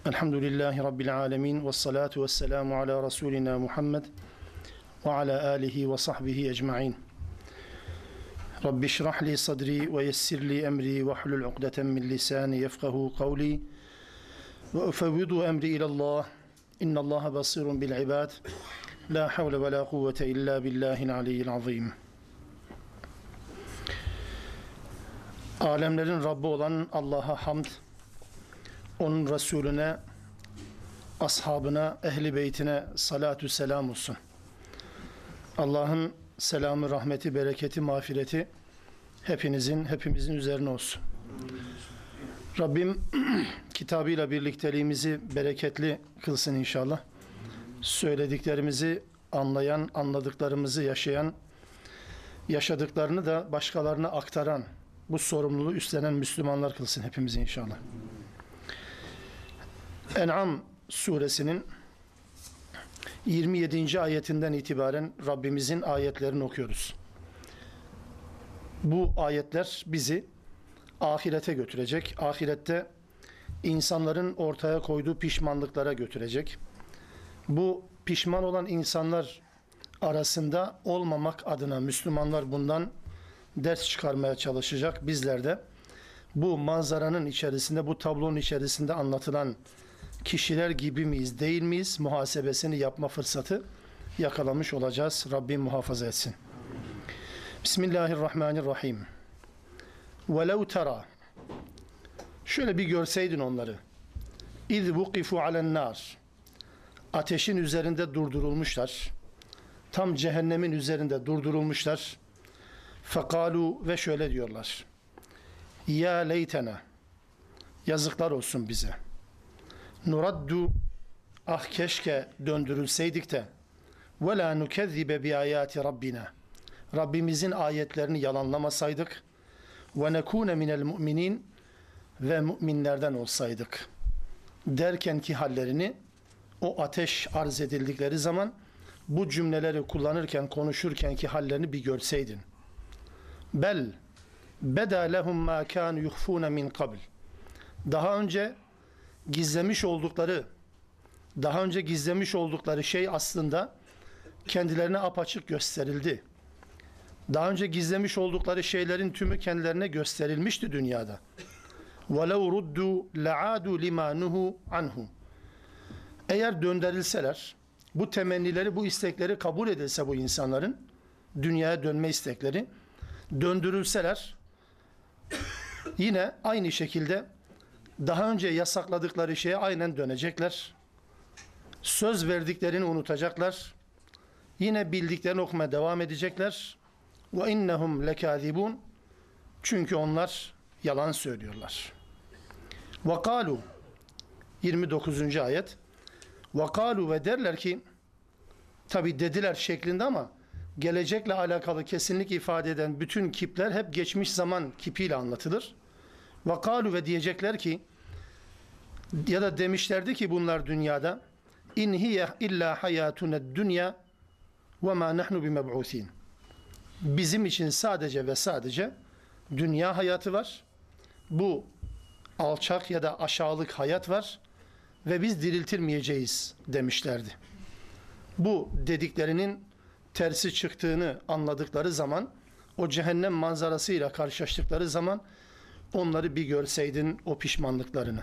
Elhamdülillahi Rabbil alemin ve salatu ve selamu ala Resulina Muhammed ve ala alihi ve sahbihi ecma'in. Rabbi şrah li sadri ve yessir li emri ve hlul uqdeten min lisani yefkahu kavli ve ufevvidu emri ilallah. İnnallaha basirun bil ibad. La havle ve la kuvvete illa billahil aliyyil azim. Alemlerin Rabbi olan Allah'a hamd, onun Resulüne, ashabına, ehli beytine salatü selam olsun. Allah'ın selamı, rahmeti, bereketi, mağfireti hepimizin üzerine olsun. Rabbim kitabıyla birlikteliğimizi bereketli kılsın inşallah. Söylediklerimizi anlayan, anladıklarımızı yaşayan, yaşadıklarını da başkalarına aktaran, bu sorumluluğu üstlenen Müslümanlar kılsın hepimizi inşallah. En'am suresinin 27. ayetinden itibaren Rabbimizin ayetlerini okuyoruz. Bu ayetler bizi ahirete götürecek. Ahirette insanların ortaya koyduğu pişmanlıklara götürecek. Bu pişman olan insanlar arasında olmamak adına Müslümanlar bundan ders çıkarmaya çalışacak. Bizler de bu manzaranın içerisinde, bu tablonun içerisinde anlatılan kişiler gibi miyiz, değil miyiz? Muhasebesini yapma fırsatı yakalamış olacağız. Rabbim muhafaza etsin. Bismillahirrahmanirrahim. وَلَوْ تَرَى Şöyle bir görseydin onları. اِذْ وُقِفُوا عَلَى النَّارِ Ateşin üzerinde durdurulmuşlar. Tam cehennemin üzerinde durdurulmuşlar. فَقَالُوا Ve şöyle diyorlar. Ya leytena Yazıklar olsun bize. Nuraddu Ah keşke döndürülseydik de ve la nukezzibe bi ayati rabbina Rabbimizin ayetlerini yalanlamasaydık ve nekune minel mu'minin ve müminlerden olsaydık derken ki hallerini o ateş arz edildikleri zaman bu cümleleri kullanırken, konuşurken ki hallerini bir görseydin. Bel beda lehum ma kanu yukhfuna min qabl Daha önce gizlemiş oldukları şey aslında kendilerine apaçık gösterildi. Daha önce gizlemiş oldukları şeylerin tümü kendilerine gösterilmişti dünyada. وَلَوْ رُدُّوا لَعَادُوا لِمَا نُهُوا عَنْهُ Eğer döndürülseler, bu temennileri, bu istekleri kabul edilse bu insanların, dünyaya dönme istekleri, döndürülseler, yine aynı şekilde daha önce yasakladıkları şeye aynen dönecekler. Söz verdiklerini unutacaklar. Yine bildiklerini okumaya devam edecekler. Ve innehum lekâzibûn Çünkü onlar yalan söylüyorlar. Ve kâlu 29. ayet. Ve kâlu ve derler ki, tabi dediler şeklinde ama gelecekle alakalı kesinlik ifade eden bütün kipler hep geçmiş zaman kipiyle anlatılır. Ve kâlu ve diyecekler ki, ya da demişlerdi ki bunlar dünyada, in hiye illa hayatuned dünya ve ma nahnu bimeb'usin Bizim için sadece ve sadece dünya hayatı var. Bu alçak ya da aşağılık hayat var ve biz diriltilmeyeceğiz demişlerdi. Bu dediklerinin tersi çıktığını anladıkları zaman, o cehennem manzarasıyla karşılaştıkları zaman onları bir görseydin o pişmanlıklarını.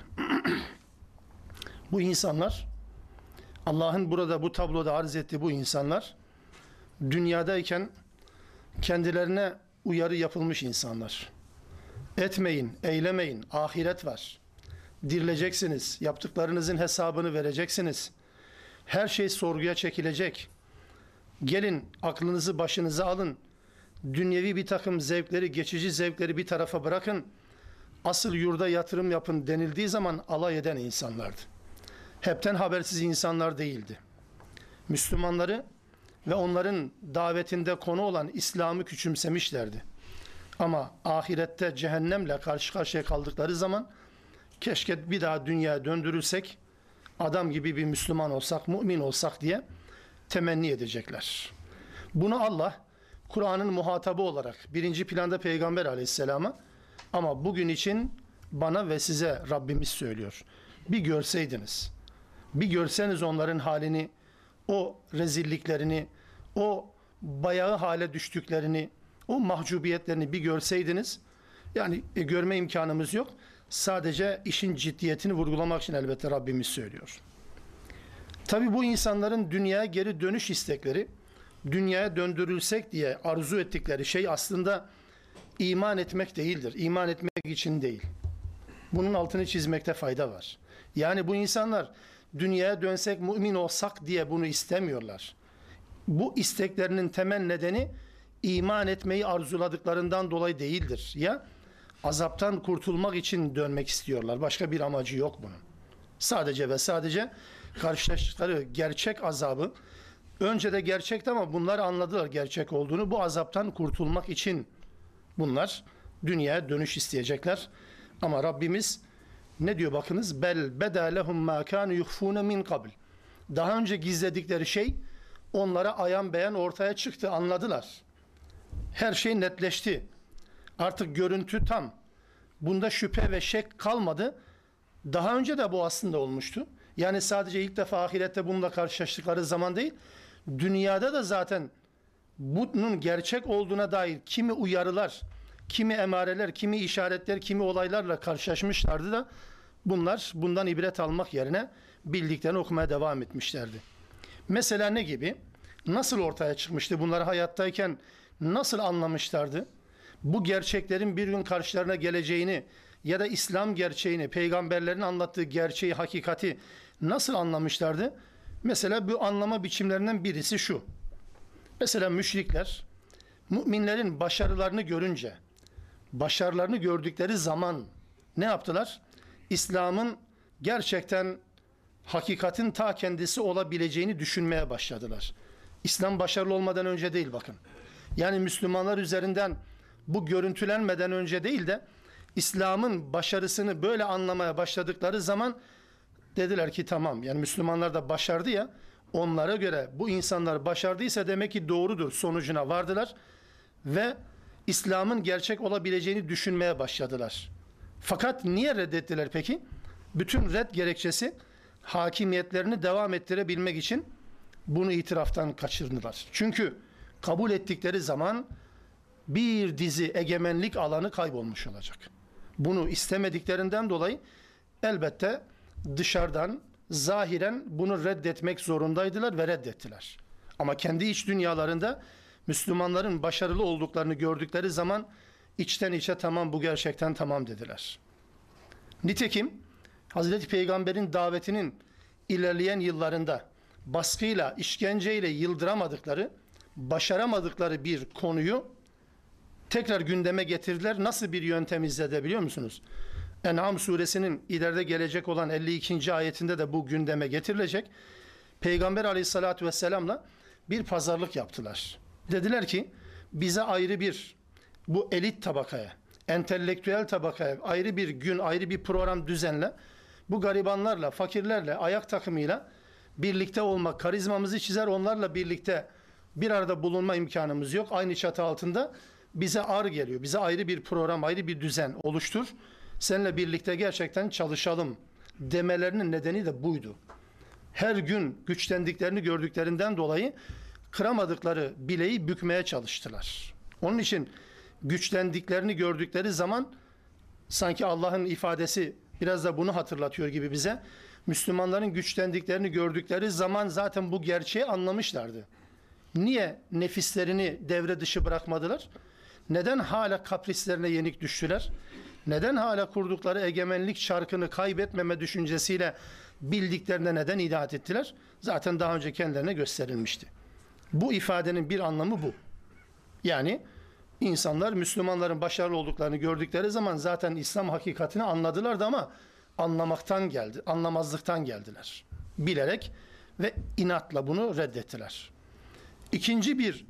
Bu insanlar, Allah'ın burada bu tabloda arz ettiği bu insanlar, dünyadayken kendilerine uyarı yapılmış insanlar. Etmeyin, eylemeyin, ahiret var. Dirileceksiniz, yaptıklarınızın hesabını vereceksiniz. Her şey sorguya çekilecek. Gelin, aklınızı başınıza alın. Dünyevi bir takım zevkleri, geçici zevkleri bir tarafa bırakın. Asıl yurda yatırım yapın denildiği zaman alay eden insanlardı. Hepten habersiz insanlar değildi. Müslümanları ve onların davetinde konu olan İslam'ı küçümsemişlerdi. Ama ahirette cehennemle karşı karşıya kaldıkları zaman keşke bir daha dünyaya döndürülsek, adam gibi bir Müslüman olsak, mümin olsak diye temenni edecekler. Bunu Allah Kur'an'ın muhatabı olarak birinci planda Peygamber Aleyhisselam'a, ama bugün için bana ve size Rabbimiz söylüyor. Bir görseydiniz, bir görseniz onların halini, o rezilliklerini, o bayağı hale düştüklerini, o mahcubiyetlerini bir görseydiniz, yani görme imkanımız yok. Sadece işin ciddiyetini vurgulamak için elbette Rabbimiz söylüyor. Tabi bu insanların dünyaya geri dönüş istekleri, dünyaya döndürülsek diye arzu ettikleri şey aslında iman etmek değildir. İman etmek için değil. Bunun altını çizmekte fayda var. Yani bu insanlar dünyaya dönsek mümin olsak diye bunu istemiyorlar. Bu isteklerinin temel nedeni iman etmeyi arzuladıklarından dolayı değildir. Ya azaptan kurtulmak için dönmek istiyorlar. Başka bir amacı yok bunun. Sadece ve sadece karşılaştıkları gerçek azabı, önce de gerçekti ama bunlar anladılar gerçek olduğunu. Bu azaptan kurtulmak için bunlar dünyaya dönüş isteyecekler. Ama Rabbimiz ne diyor bakınız? Bel beda lehum ma kanu yuhfuna min qabl. Daha önce gizledikleri şey onlara ayan beyan ortaya çıktı, anladılar. Her şey netleşti. Artık görüntü tam. Bunda şüphe ve şek kalmadı. Daha önce de bu aslında olmuştu. Yani sadece ilk defa ahirette bununla karşılaştıkları zaman değil, dünyada da zaten bunun gerçek olduğuna dair kimi uyarılar, kimi emareler, kimi işaretler, kimi olaylarla karşılaşmışlardı da bunlar bundan ibret almak yerine bildiklerini okumaya devam etmişlerdi. Mesela ne gibi? Nasıl ortaya çıkmıştı? Bunlar hayattayken nasıl anlamışlardı? Bu gerçeklerin bir gün karşılarına geleceğini ya da İslam gerçeğini, peygamberlerin anlattığı gerçeği, hakikati nasıl anlamışlardı? Mesela bu anlama biçimlerinden birisi şu. Mesela müşrikler, müminlerin başarılarını görünce, başarılarını gördükleri zaman ne yaptılar? İslam'ın gerçekten hakikatin ta kendisi olabileceğini düşünmeye başladılar. İslam başarılı olmadan önce değil bakın. Yani Müslümanlar üzerinden bu görüntülenmeden önce değil de İslam'ın başarısını böyle anlamaya başladıkları zaman dediler ki tamam, yani Müslümanlar da başardı ya, onlara göre bu insanlar başardıysa demek ki doğrudur sonucuna vardılar ve İslam'ın gerçek olabileceğini düşünmeye başladılar. Fakat niye reddettiler peki? Bütün red gerekçesi hakimiyetlerini devam ettirebilmek için bunu itiraftan kaçırdılar. Çünkü kabul ettikleri zaman bir dizi egemenlik alanı kaybolmuş olacak. Bunu istemediklerinden dolayı elbette dışarıdan, zahiren bunu reddetmek zorundaydılar ve reddettiler. Ama kendi iç dünyalarında Müslümanların başarılı olduklarını gördükleri zaman içten içe tamam, bu gerçekten tamam dediler. Nitekim Hazreti Peygamber'in davetinin ilerleyen yıllarında baskıyla, işkenceyle yıldıramadıkları, başaramadıkları bir konuyu tekrar gündeme getirdiler. Nasıl bir yöntem izledi biliyor musunuz? En'am suresinin ileride gelecek olan 52. ayetinde de bu gündeme getirilecek. Peygamber aleyhissalatü vesselamla bir pazarlık yaptılar. Dediler ki bize ayrı bir, bu elit tabakaya, entelektüel tabakaya ayrı bir gün, ayrı bir program düzenle. Bu garibanlarla, fakirlerle, ayak takımıyla birlikte olmak, karizmamızı çizer, onlarla birlikte bir arada bulunma imkanımız yok. Aynı çatı altında bize ağır geliyor. Bize ayrı bir program, ayrı bir düzen oluştur. Seninle birlikte gerçekten çalışalım demelerinin nedeni de buydu. Her gün güçlendiklerini gördüklerinden dolayı kıramadıkları bileği bükmeye çalıştılar. Onun için güçlendiklerini gördükleri zaman sanki Allah'ın ifadesi biraz da bunu hatırlatıyor gibi bize. Müslümanların güçlendiklerini gördükleri zaman zaten bu gerçeği anlamışlardı. Niye nefislerini devre dışı bırakmadılar? Neden hala kaprislerine yenik düştüler? Neden hala kurdukları egemenlik çarkını kaybetmeme düşüncesiyle bildiklerine neden itaat ettiler? Zaten daha önce kendilerine gösterilmişti. Bu ifadenin bir anlamı bu. Yani insanlar Müslümanların başarılı olduklarını gördükleri zaman zaten İslam hakikatini anladılardı ama anlamazlıktan geldiler. Bilerek ve inatla bunu reddettiler. İkinci bir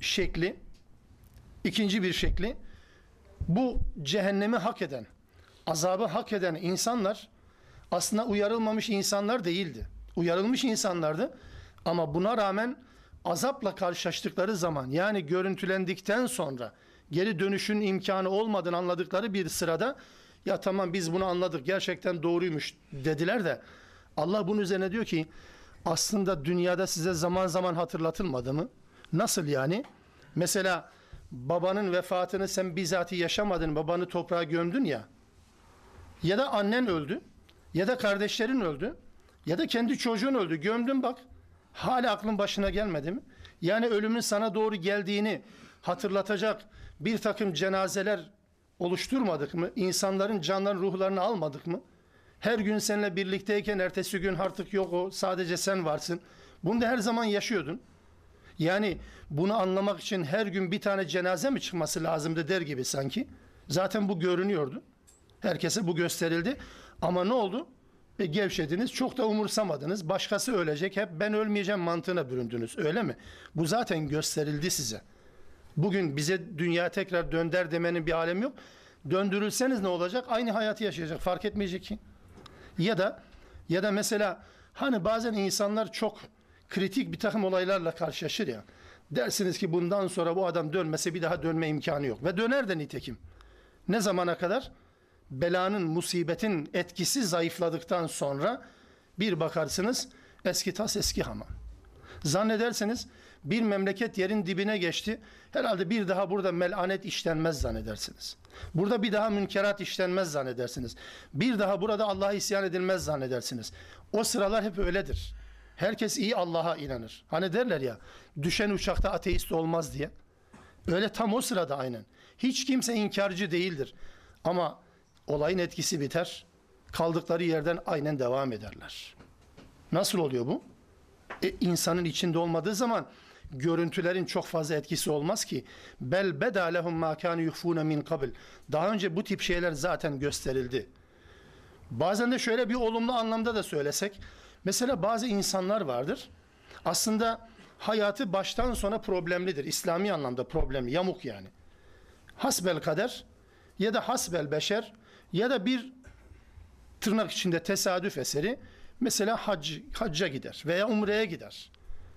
şekli bu cehennemi hak eden, azabı hak eden insanlar aslında uyarılmamış insanlar değildi. Uyarılmış insanlardı ama buna rağmen azapla karşılaştıkları zaman, yani görüntülendikten sonra geri dönüşün imkanı olmadığını anladıkları bir sırada ya tamam biz bunu anladık gerçekten doğruymuş dediler de Allah bunun üzerine diyor ki aslında dünyada size zaman zaman hatırlatılmadı mı? Nasıl yani? Mesela babanın vefatını sen bizatihi yaşamadın, babanı toprağa gömdün ya. Ya da annen öldü, ya da kardeşlerin öldü, ya da kendi çocuğun öldü. Gömdün bak. Hala aklın başına gelmedi mi? Yani ölümün sana doğru geldiğini hatırlatacak bir takım cenazeler oluşturmadık mı? İnsanların canlarını, ruhlarını almadık mı? Her gün seninle birlikteyken ertesi gün artık yok o, sadece sen varsın. Bunu da her zaman yaşıyordun. Yani bunu anlamak için her gün bir tane cenaze mi çıkması lazımdı der gibi sanki. Zaten bu görünüyordu. Herkese bu gösterildi. Ama ne oldu? Gevşediniz, çok da umursamadınız. Başkası ölecek, hep ben ölmeyeceğim mantığına büründünüz. Öyle mi? Bu zaten gösterildi size. Bugün bize dünya tekrar dönder demenin bir alemi yok. Döndürülseniz ne olacak? Aynı hayatı yaşayacak. Fark etmeyecek ki. Ya da mesela hani bazen insanlar çok kritik bir takım olaylarla karşılaşır ya. Dersiniz ki bundan sonra bu adam dönmese bir daha dönme imkanı yok. Ve döner de nitekim. Ne zamana kadar? Belanın, musibetin etkisi zayıfladıktan sonra bir bakarsınız eski tas eski hamam. Zannederseniz bir memleket yerin dibine geçti. Herhalde bir daha burada melanet işlenmez zannedersiniz. Burada bir daha münkerat işlenmez zannedersiniz. Bir daha burada Allah'a isyan edilmez zannedersiniz. O sıralar hep öyledir. Herkes iyi Allah'a inanır. Hani derler ya, düşen uçakta ateist olmaz diye. Öyle tam o sırada aynen. Hiç kimse inkarcı değildir. Ama olayın etkisi biter. Kaldıkları yerden aynen devam ederler. Nasıl oluyor bu? İnsanın içinde olmadığı zaman görüntülerin çok fazla etkisi olmaz ki. Bel beda lehum ma kanu yukhfuna min qabl. Daha önce bu tip şeyler zaten gösterildi. Bazen de şöyle bir olumlu anlamda da söylesek. Mesela bazı insanlar vardır. Aslında hayatı baştan sona problemlidir. İslami anlamda problemli, yamuk yani. Hasbel kader ya da hasbel beşer ya da bir tırnak içinde tesadüf eseri mesela hacca gider veya umreye gider.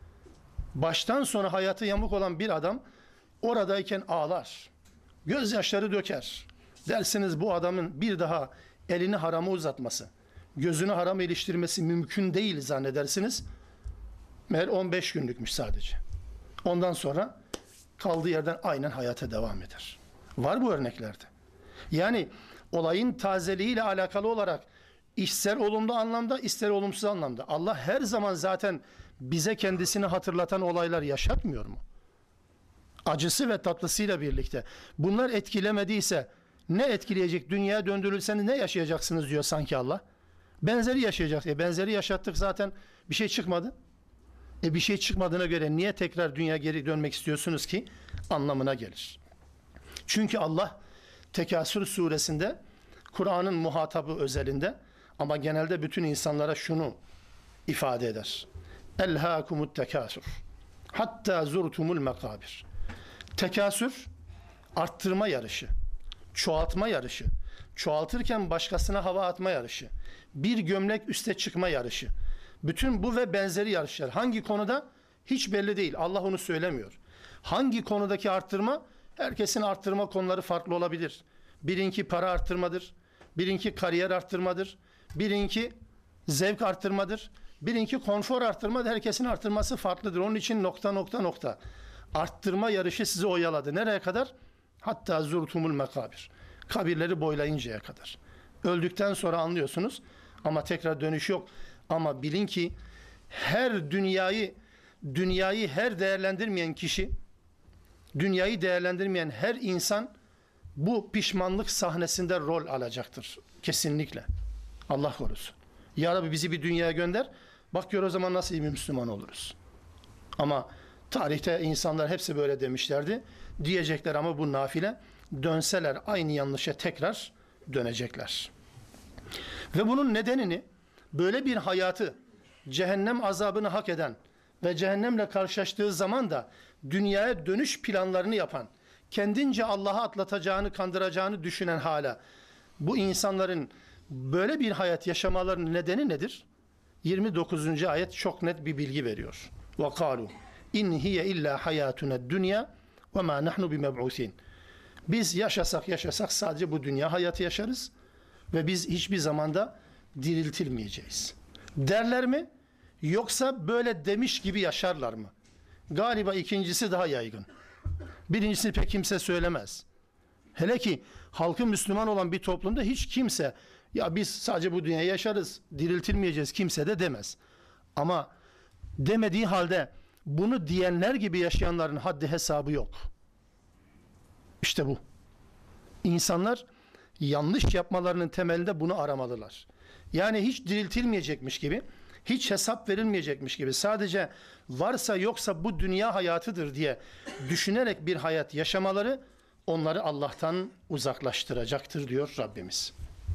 Baştan sona hayatı yamuk olan bir adam oradayken ağlar. Gözyaşları döker. Dersiniz bu adamın bir daha elini harama uzatması, gözünü harama iliştirmesi mümkün değil zannedersiniz. Meğer 15 günlükmüş sadece. Ondan sonra kaldığı yerden aynen hayata devam eder. Var bu örneklerde. Yani olayın tazeliğiyle alakalı olarak ister olumlu anlamda ister olumsuz anlamda Allah her zaman zaten bize kendisini hatırlatan olaylar yaşatmıyor mu? Acısı ve tatlısıyla birlikte. Bunlar etkilemediyse ne etkileyecek? Dünyaya döndürülseniz ne yaşayacaksınız diyor sanki Allah. Benzeri yaşayacak. Benzeri yaşattık zaten, bir şey çıkmadı. Bir şey çıkmadığına göre niye tekrar dünya geri dönmek istiyorsunuz ki? Anlamına gelir. Çünkü Allah Tekasür suresinde Kur'an'ın muhatabı özelinde ama genelde bütün insanlara şunu ifade eder. Elhâkumut tekasür. Hatta zurtumul mekabir. Tekasür, arttırma yarışı, çoğaltma yarışı, çoğaltırken başkasına hava atma yarışı, bir gömlek üste çıkma yarışı. Bütün bu ve benzeri yarışlar. Hangi konuda? Hiç belli değil. Allah onu söylemiyor. Hangi konudaki arttırma? Herkesin arttırma konuları farklı olabilir. Birinki para arttırmadır. Birinki kariyer arttırmadır. Birinki zevk arttırmadır. Birinki konfor arttırmadır. Herkesin arttırması farklıdır. Onun için nokta. Arttırma yarışı sizi oyaladı. Nereye kadar? Hatta zurtumul mekabir. Kabirleri boylayıncaya kadar. Öldükten sonra anlıyorsunuz ama tekrar dönüş yok. Ama bilin ki her dünyayı her değerlendirmeyen kişi, dünyayı değerlendirmeyen her insan bu pişmanlık sahnesinde rol alacaktır. Kesinlikle. Allah korusun. Ya Rabbi bizi bir dünyaya gönder. Bak gör o zaman nasıl iyi bir Müslüman oluruz. Ama tarihte insanlar hepsi böyle demişlerdi. Diyecekler ama bu nafile. Dönseler aynı yanlışa tekrar dönecekler. Ve bunun nedenini böyle bir hayatı cehennem azabını hak eden ve cehennemle karşılaştığı zaman da dünyaya dönüş planlarını yapan, kendince Allah'a atlatacağını, kandıracağını düşünen hala bu insanların böyle bir hayat yaşamalarının nedeni nedir? 29. ayet çok net bir bilgi veriyor. وَقَالُوا اِنْ هِيَ اِلَّا حَيَاتُنَا الدُّنْيَا وَمَا نَحْنُ بِمَبْعُثِينَ. Biz yaşasak sadece bu dünya hayatı yaşarız ve biz hiçbir zamanda diriltilmeyeceğiz. derler mi? Yoksa böyle demiş gibi yaşarlar mı? Galiba ikincisi daha yaygın. Birincisini pek kimse söylemez. Hele ki halkı Müslüman olan bir toplumda hiç kimse ya biz sadece bu dünyayı yaşarız, diriltilmeyeceğiz kimse de demez. Ama demediği halde bunu diyenler gibi yaşayanların haddi hesabı yok. İşte bu. İnsanlar yanlış yapmalarının temelinde bunu aramalılar. Yani hiç diriltilmeyecekmiş gibi, hiç hesap verilmeyecekmiş gibi, sadece varsa yoksa bu dünya hayatıdır diye düşünerek bir hayat yaşamaları onları Allah'tan uzaklaştıracaktır diyor Rabbimiz.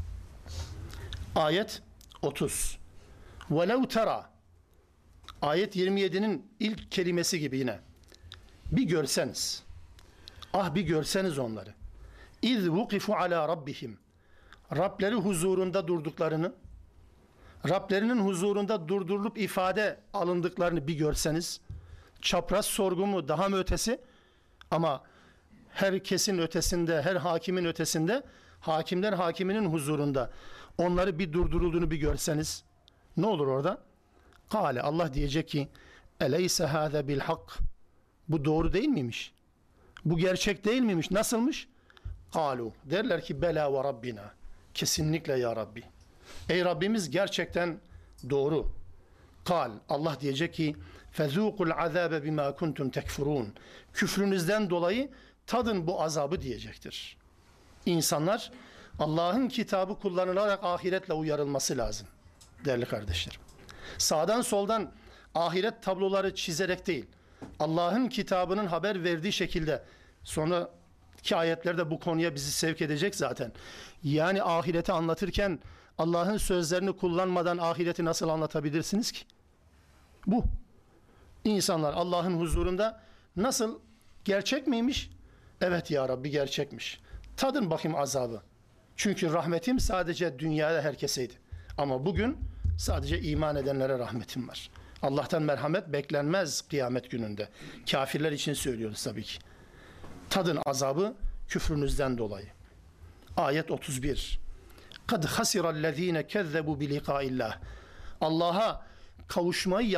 Ayet 30. وَلَوْ تَرَى Ayet 27'nin ilk kelimesi gibi yine. Bir görseniz. Ah bir görseniz onları. اِذْ وُقِفُوا عَلَى رَبِّهِمْ Rableri huzurunda durduklarını, Rablerinin huzurunda durdurulup ifade alındıklarını bir görseniz, çapraz sorgu mu daha mı ötesi, ama herkesin ötesinde, her hakimin ötesinde, hakimler hakiminin huzurunda onları bir durdurulduğunu bir görseniz, ne olur orada? Kale, Allah diyecek ki, eleyse hâze bil hak, bu doğru değil miymiş? Bu gerçek değil miymiş? Nasılmış? Kalu, derler ki bela ve Rabbina, kesinlikle ya Rabbi. Ey Rabbimiz gerçekten doğru. Kal, Allah diyecek ki fezûkul azâbe bimâ kuntum tekfurûn. Küfrünüzden dolayı tadın bu azabı diyecektir. İnsanlar Allah'ın kitabı kullanılarak ahiretle uyarılması lazım değerli kardeşlerim. Sağdan soldan ahiret tabloları çizerek değil, Allah'ın kitabının haber verdiği şekilde, sonraki ayetlerde bu konuya bizi sevk edecek zaten. Yani ahireti anlatırken Allah'ın sözlerini kullanmadan ahireti nasıl anlatabilirsiniz ki? Bu. İnsanlar Allah'ın huzurunda nasıl, gerçek miymiş? Evet ya Rabbi gerçekmiş. Tadın bakayım azabı. Çünkü rahmetim sadece dünyada herkeseydi. Ama bugün sadece iman edenlere rahmetim var. Allah'tan merhamet beklenmez kıyamet gününde. Kafirler için söylüyoruz tabii ki. Tadın azabı küfrünüzden dolayı. Ayet 31. Kad hasirellezine kezzebu bi liqa'illah. Allah'a kavuşmayı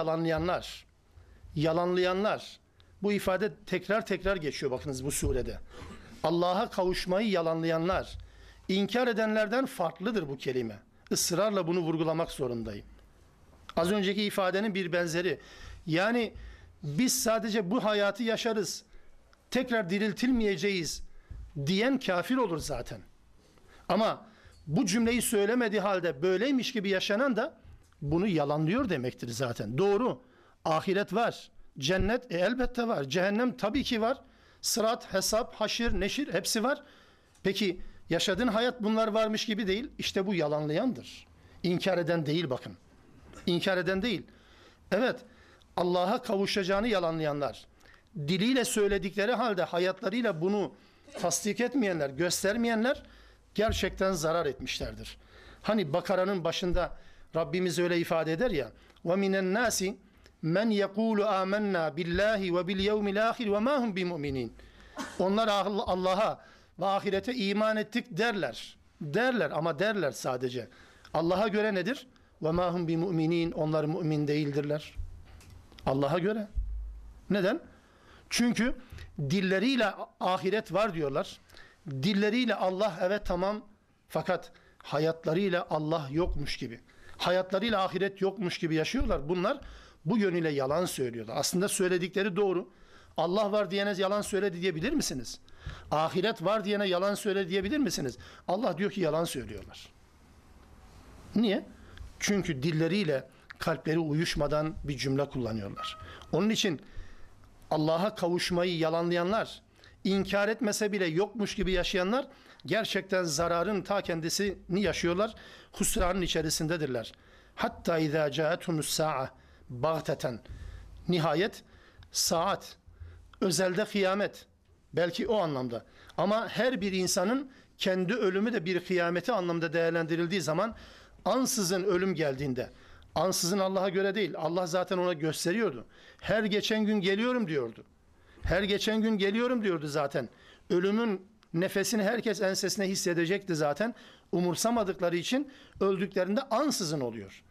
yalanlayanlar. Bu ifade tekrar tekrar geçiyor bakınız bu surede. Allah'a kavuşmayı yalanlayanlar, inkar edenlerden farklıdır bu kelime. Israrla bunu vurgulamak zorundayım. Az önceki ifadenin bir benzeri. Yani biz sadece bu hayatı yaşarız, tekrar diriltilmeyeceğiz diyen kafir olur zaten. Ama bu cümleyi söylemediği halde böyleymiş gibi yaşanan da bunu yalanlıyor demektir zaten. Doğru. Ahiret var. Cennet elbette var. Cehennem tabii ki var. Sırat, hesap, haşir, neşir hepsi var. Peki yaşadığın hayat bunlar varmış gibi değil. İşte bu yalanlayandır. İnkar eden değil bakın. İnkar eden değil. Evet, Allah'a kavuşacağını yalanlayanlar. Diliyle söyledikleri halde hayatlarıyla bunu tasdik etmeyenler, göstermeyenler gerçekten zarar etmişlerdir. Hani Bakara'nın başında Rabbimiz öyle ifade eder ya: وَمِنَ النَّاسِ مَنْ يَقُولُ آمَنَّا بِاللّٰهِ وَبِالْيَوْمِ الْآخِرِ وَمَا هُمْ بِمُؤْمِنِينَ. Onlar Allah'a ve ahirete iman ettik derler. Derler ama derler sadece. Allah'a göre nedir? وَمَا هُمْ بِمُؤْمِنِينَ. Onlar mümin değildirler. Allah'a göre. Neden? Çünkü dilleriyle ahiret var diyorlar. Dilleriyle Allah evet tamam, fakat hayatlarıyla Allah yokmuş gibi, hayatlarıyla ahiret yokmuş gibi yaşıyorlar. Bunlar bu yönüyle yalan söylüyorlar. Aslında söyledikleri doğru. Allah var diyene yalan söyledi diyebilir misiniz? Ahiret var diyene yalan söyledi diyebilir misiniz? Allah diyor ki yalan söylüyorlar. Niye? Çünkü dilleriyle kalpleri uyuşmadan bir cümle kullanıyorlar. Onun için Allah'a kavuşmayı yalanlayanlar, inkar etmese bile yokmuş gibi yaşayanlar gerçekten zararın ta kendisini yaşıyorlar. Husranın içerisindedirler. Hatta izâ câetumus sâ'a bagteten. Nihayet saat, özelde kıyamet. Belki o anlamda. Ama her bir insanın kendi ölümü de bir kıyameti anlamda değerlendirildiği zaman, ansızın ölüm geldiğinde, ansızın Allah'a göre değil, Allah zaten ona gösteriyordu. Her geçen gün geliyorum diyordu. Her geçen gün geliyorum diyordu zaten. Ölümün nefesini herkes ensesine hissedecekti zaten. Umursamadıkları için öldüklerinde ansızın oluyor.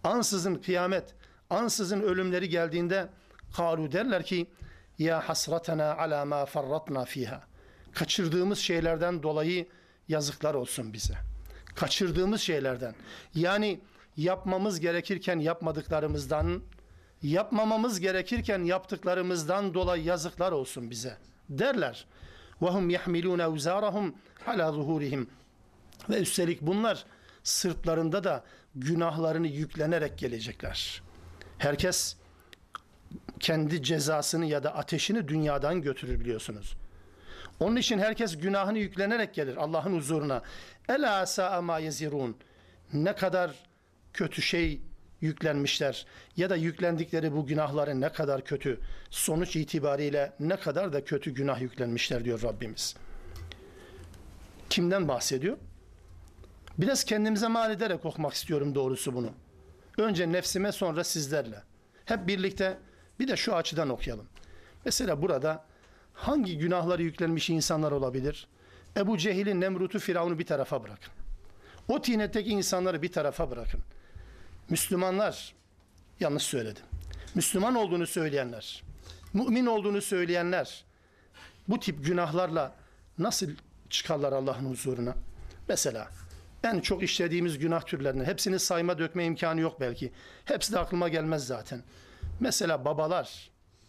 Ansızın kıyamet, ansızın ölümleri geldiğinde kalu derler ki ya hasratena ala ma farratna fiha. Kaçırdığımız şeylerden dolayı yazıklar olsun bize. Kaçırdığımız şeylerden. Yani yapmamız gerekirken yapmadıklarımızdan, yapmamamız gerekirken yaptıklarımızdan dolayı yazıklar olsun bize derler. وَهُمْ يَحْمِلُونَ اَوْزَارَهُمْ عَلَى ظُهُورِهِمْ. Ve üstelik bunlar sırtlarında da günahlarını yüklenerek gelecekler. Herkes kendi cezasını ya da ateşini dünyadan götürür biliyorsunuz. Onun için herkes günahını yüklenerek gelir Allah'ın huzuruna. Ela sa'a ma yezirun. Ne kadar kötü şey yüklenmişler ya da yüklendikleri bu günahları ne kadar kötü, sonuç itibariyle ne kadar da kötü günah yüklenmişler diyor Rabbimiz. Kimden bahsediyor? Biraz kendimize mal ederek okumak istiyorum doğrusu bunu. Önce nefsime, sonra sizlerle. Hep birlikte bir de şu açıdan okuyalım. Mesela burada hangi günahları yüklenmiş insanlar olabilir? Ebu Cehil'i, Nemrut'u, Firavun'u bir tarafa bırakın. O tinetteki insanları bir tarafa bırakın. Müslümanlar, yanlış söyledim. Müslüman olduğunu söyleyenler, mümin olduğunu söyleyenler bu tip günahlarla nasıl çıkarlar Allah'ın huzuruna? Mesela en çok işlediğimiz günah türlerinin hepsini sayma dökme imkanı yok belki. Hepsi de aklıma gelmez zaten. Mesela babalar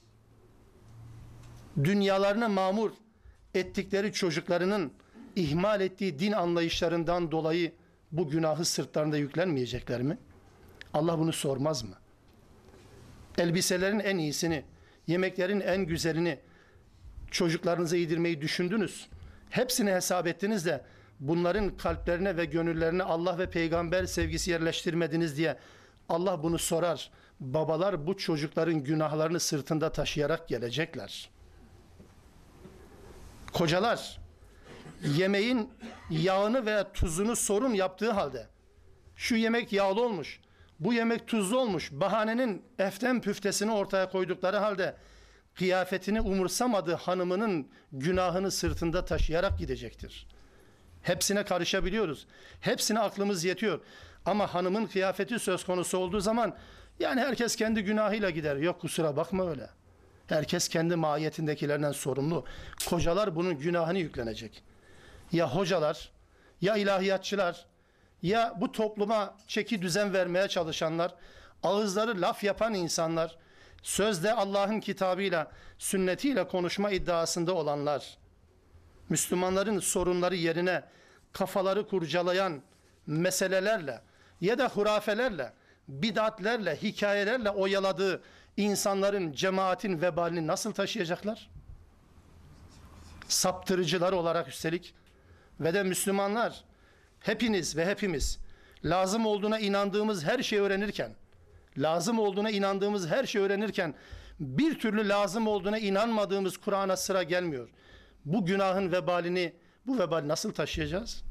dünyalarını mamur ettikleri çocuklarının ihmal ettiği din anlayışlarından dolayı bu günahı sırtlarında yüklenmeyecekler mi? Allah bunu sormaz mı? Elbiselerin en iyisini, yemeklerin en güzelini çocuklarınıza yedirmeyi düşündünüz. Hepsini hesap ettiniz de bunların kalplerine ve gönüllerine Allah ve peygamber sevgisi yerleştirmediniz diye Allah bunu sorar. Babalar bu çocukların günahlarını sırtında taşıyarak gelecekler. Kocalar yemeğin yağını ve tuzunu sorun yaptığı halde şu yemek yağlı olmuş, bu yemek tuzlu olmuş, bahanenin eften püftesini ortaya koydukları halde kıyafetini umursamadığı hanımının günahını sırtında taşıyarak gidecektir. Hepsine karışabiliyoruz. Hepsine aklımız yetiyor. Ama hanımın kıyafeti söz konusu olduğu zaman yani herkes kendi günahıyla gider. Yok kusura bakma öyle. Herkes kendi mahiyetindekilerden sorumlu. Kocalar bunun günahını yüklenecek. Ya hocalar, ya ilahiyatçılar, ya bu topluma çeki düzen vermeye çalışanlar, ağızları laf yapan insanlar, sözde Allah'ın kitabıyla, sünnetiyle konuşma iddiasında olanlar, Müslümanların sorunları yerine kafaları kurcalayan meselelerle ya da hurafelerle, bid'atlerle, hikayelerle oyaladığı insanların, cemaatin vebalini nasıl taşıyacaklar? Saptırıcılar olarak üstelik ve de Müslümanlar hepiniz ve hepimiz lazım olduğuna inandığımız her şeyi öğrenirken bir türlü lazım olduğuna inanmadığımız Kur'an'a sıra gelmiyor. Bu günahın vebalini, bu vebali nasıl taşıyacağız?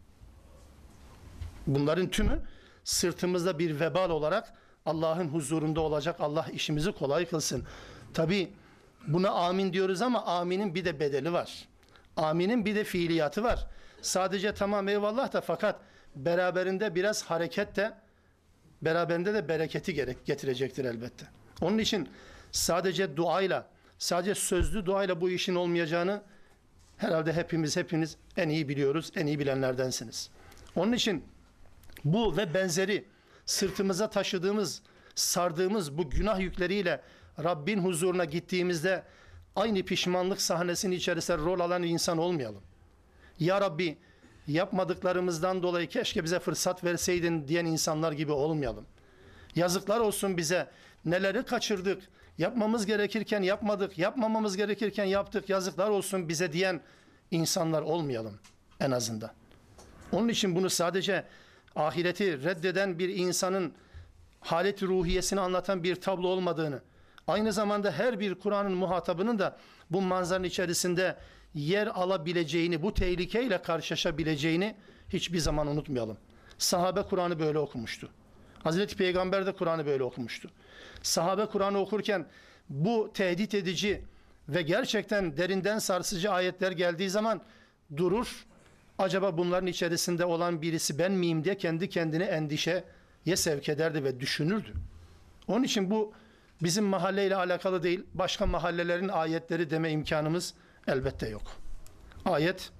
Bunların tümü sırtımızda bir vebal olarak Allah'ın huzurunda olacak. Allah işimizi kolay kılsın. Tabi buna amin diyoruz ama aminin bir de bedeli var. Aminin bir de fiiliyatı var. Sadece tamam eyvallah da fakat beraberinde biraz hareket de beraberinde de bereketi getirecektir elbette. Onun için sadece duayla, sadece sözlü duayla bu işin olmayacağını herhalde hepiniz en iyi biliyoruz, en iyi bilenlerdensiniz. Onun için bu ve benzeri sırtımıza taşıdığımız, sardığımız bu günah yükleriyle Rabbin huzuruna gittiğimizde aynı pişmanlık sahnesinin içerisinde rol alan insan olmayalım. Ya Rabbi yapmadıklarımızdan dolayı keşke bize fırsat verseydin diyen insanlar gibi olmayalım. Yazıklar olsun bize, neleri kaçırdık, yapmamız gerekirken yapmadık, yapmamamız gerekirken yaptık, yazıklar olsun bize diyen insanlar olmayalım en azından. Onun için bunu sadece ahireti reddeden bir insanın halet-i ruhiyesini anlatan bir tablo olmadığını, aynı zamanda her bir Kur'an'ın muhatabının da bu manzaranın içerisinde yer alabileceğini, bu tehlikeyle karşılaşabileceğini hiçbir zaman unutmayalım. Sahabe Kur'an'ı böyle okumuştu. Hazreti Peygamber de Kur'an'ı böyle okumuştu. Sahabe Kur'an'ı okurken bu tehdit edici ve gerçekten derinden sarsıcı ayetler geldiği zaman durur, acaba bunların içerisinde olan birisi ben miyim diye kendi kendine endişe sevk ederdi ve düşünürdü. Onun için bu bizim mahalleyle alakalı değil, başka mahallelerin ayetleri deme imkanımız elbette yok. Ayet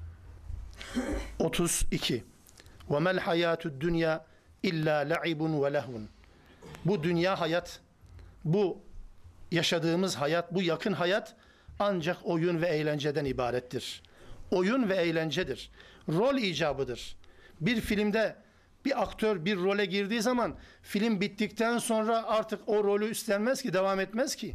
32. وَمَا الْحَيَاتُ الدُّنْيَا اِلَّا لَعِبٌ وَلَهْوٌ. Bu dünya hayat, bu yaşadığımız hayat, bu yakın hayat ancak oyun ve eğlenceden ibarettir. Oyun ve eğlencedir. Rol icabıdır. Bir filmde bir aktör bir role girdiği zaman film bittikten sonra artık o rolü üstlenmez ki, devam etmez ki.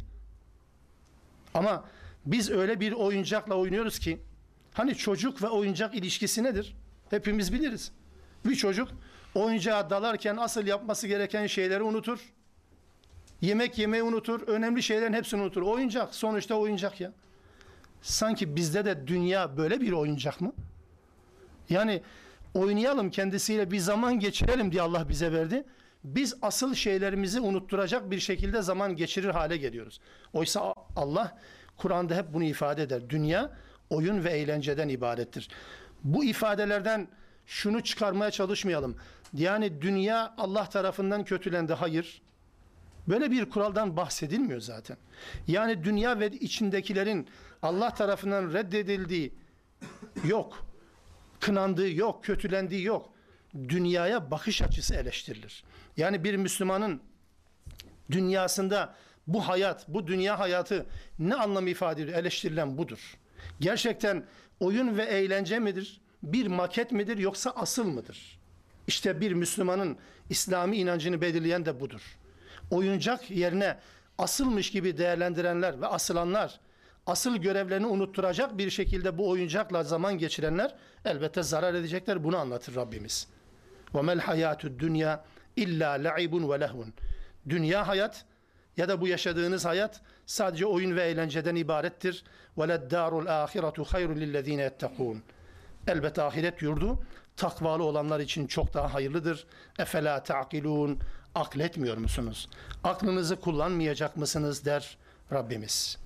Ama biz öyle bir oyuncakla oynuyoruz ki, hani çocuk ve oyuncak ilişkisi nedir? Hepimiz biliriz. Bir çocuk oyuncağa dalarken asıl yapması gereken şeyleri unutur. Yemek yemeyi unutur. Önemli şeylerin hepsini unutur. Oyuncak. Sonuçta oyuncak ya. Sanki bizde de dünya böyle bir oyuncak mı? Yani oynayalım, kendisiyle bir zaman geçirelim diye Allah bize verdi. Biz asıl şeylerimizi unutturacak bir şekilde zaman geçirir hale geliyoruz. Oysa Allah Kur'an'da hep bunu ifade eder. Dünya oyun ve eğlenceden ibarettir. Bu ifadelerden şunu çıkarmaya çalışmayalım. Yani dünya Allah tarafından kötülendi. Hayır. Böyle bir kuraldan bahsedilmiyor zaten. Yani dünya ve içindekilerin Allah tarafından reddedildiği yok. Kınandığı yok, kötülendiği yok. Dünyaya bakış açısı eleştirilir. Yani bir Müslümanın dünyasında bu hayat, bu dünya hayatı ne anlam ifade ediyor? Eleştirilen budur. Gerçekten oyun ve eğlence midir? Bir maket midir yoksa asıl mıdır? İşte bir Müslümanın İslami inancını belirleyen de budur. Oyuncak yerine asılmış gibi değerlendirenler ve asılanlar, asıl görevlerini unutturacak bir şekilde bu oyuncakla zaman geçirenler elbette zarar edecekler. Bunu anlatır Rabbimiz. وَمَا الْحَيَاتُ الدُّنْيَا اِلَّا لَعِبٌ وَلَهْوٌ. Dünya hayat ya da bu yaşadığınız hayat sadece oyun ve eğlenceden ibarettir. وَلَدَّارُ الْآخِرَةُ خَيْرٌ لِلَّذ۪ينَ يَتَّقُونَ. Elbette ahiret yurdu takvalı olanlar için çok daha hayırlıdır. اَفَلَا تَعْقِلُونَ. Akletmiyor musunuz? Aklınızı kullanmayacak mısınız der Rabbimiz.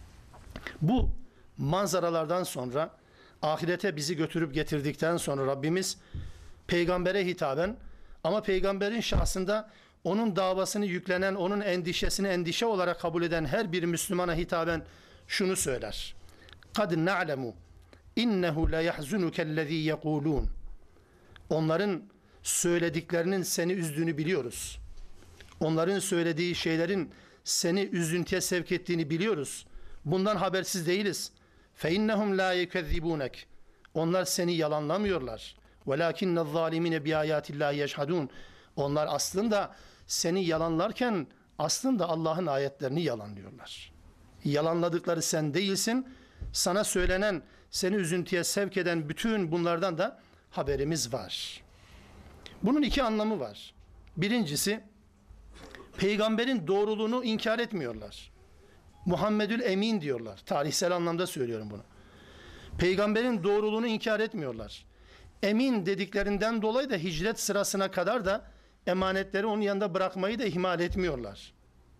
Bu manzaralardan sonra ahirete bizi götürüp getirdikten sonra Rabbimiz peygambere hitaben ama peygamberin şahsında onun davasını yüklenen, onun endişesini endişe olarak kabul eden her bir Müslümana hitaben şunu söyler. قَدْ نَعْلَمُ اِنَّهُ لَيَحْزُنُكَ الَّذ۪ي يَقُولُونَ. Onların söylediklerinin seni üzdüğünü biliyoruz. Onların söylediği şeylerin seni üzüntüye sevk ettiğini biliyoruz. Bundan habersiz değiliz. فَاِنَّهُمْ لَا يَكَذِّبُونَكَ. Onlar seni yalanlamıyorlar. وَلَاكِنَّ الظَّالِمِينَ بِآيَاتِ اللّٰهِ يَجْحَدُونَ. Onlar aslında seni yalanlarken aslında Allah'ın ayetlerini yalanlıyorlar. Yalanladıkları sen değilsin. Sana söylenen, seni üzüntüye sevk eden bütün bunlardan da haberimiz var. Bunun iki anlamı var. Birincisi, peygamberin doğruluğunu inkar etmiyorlar. Muhammedül Emin diyorlar. Tarihsel anlamda söylüyorum bunu. Peygamberin doğruluğunu inkar etmiyorlar. Emin dediklerinden dolayı da hicret sırasına kadar da emanetleri onun yanında bırakmayı da ihmal etmiyorlar.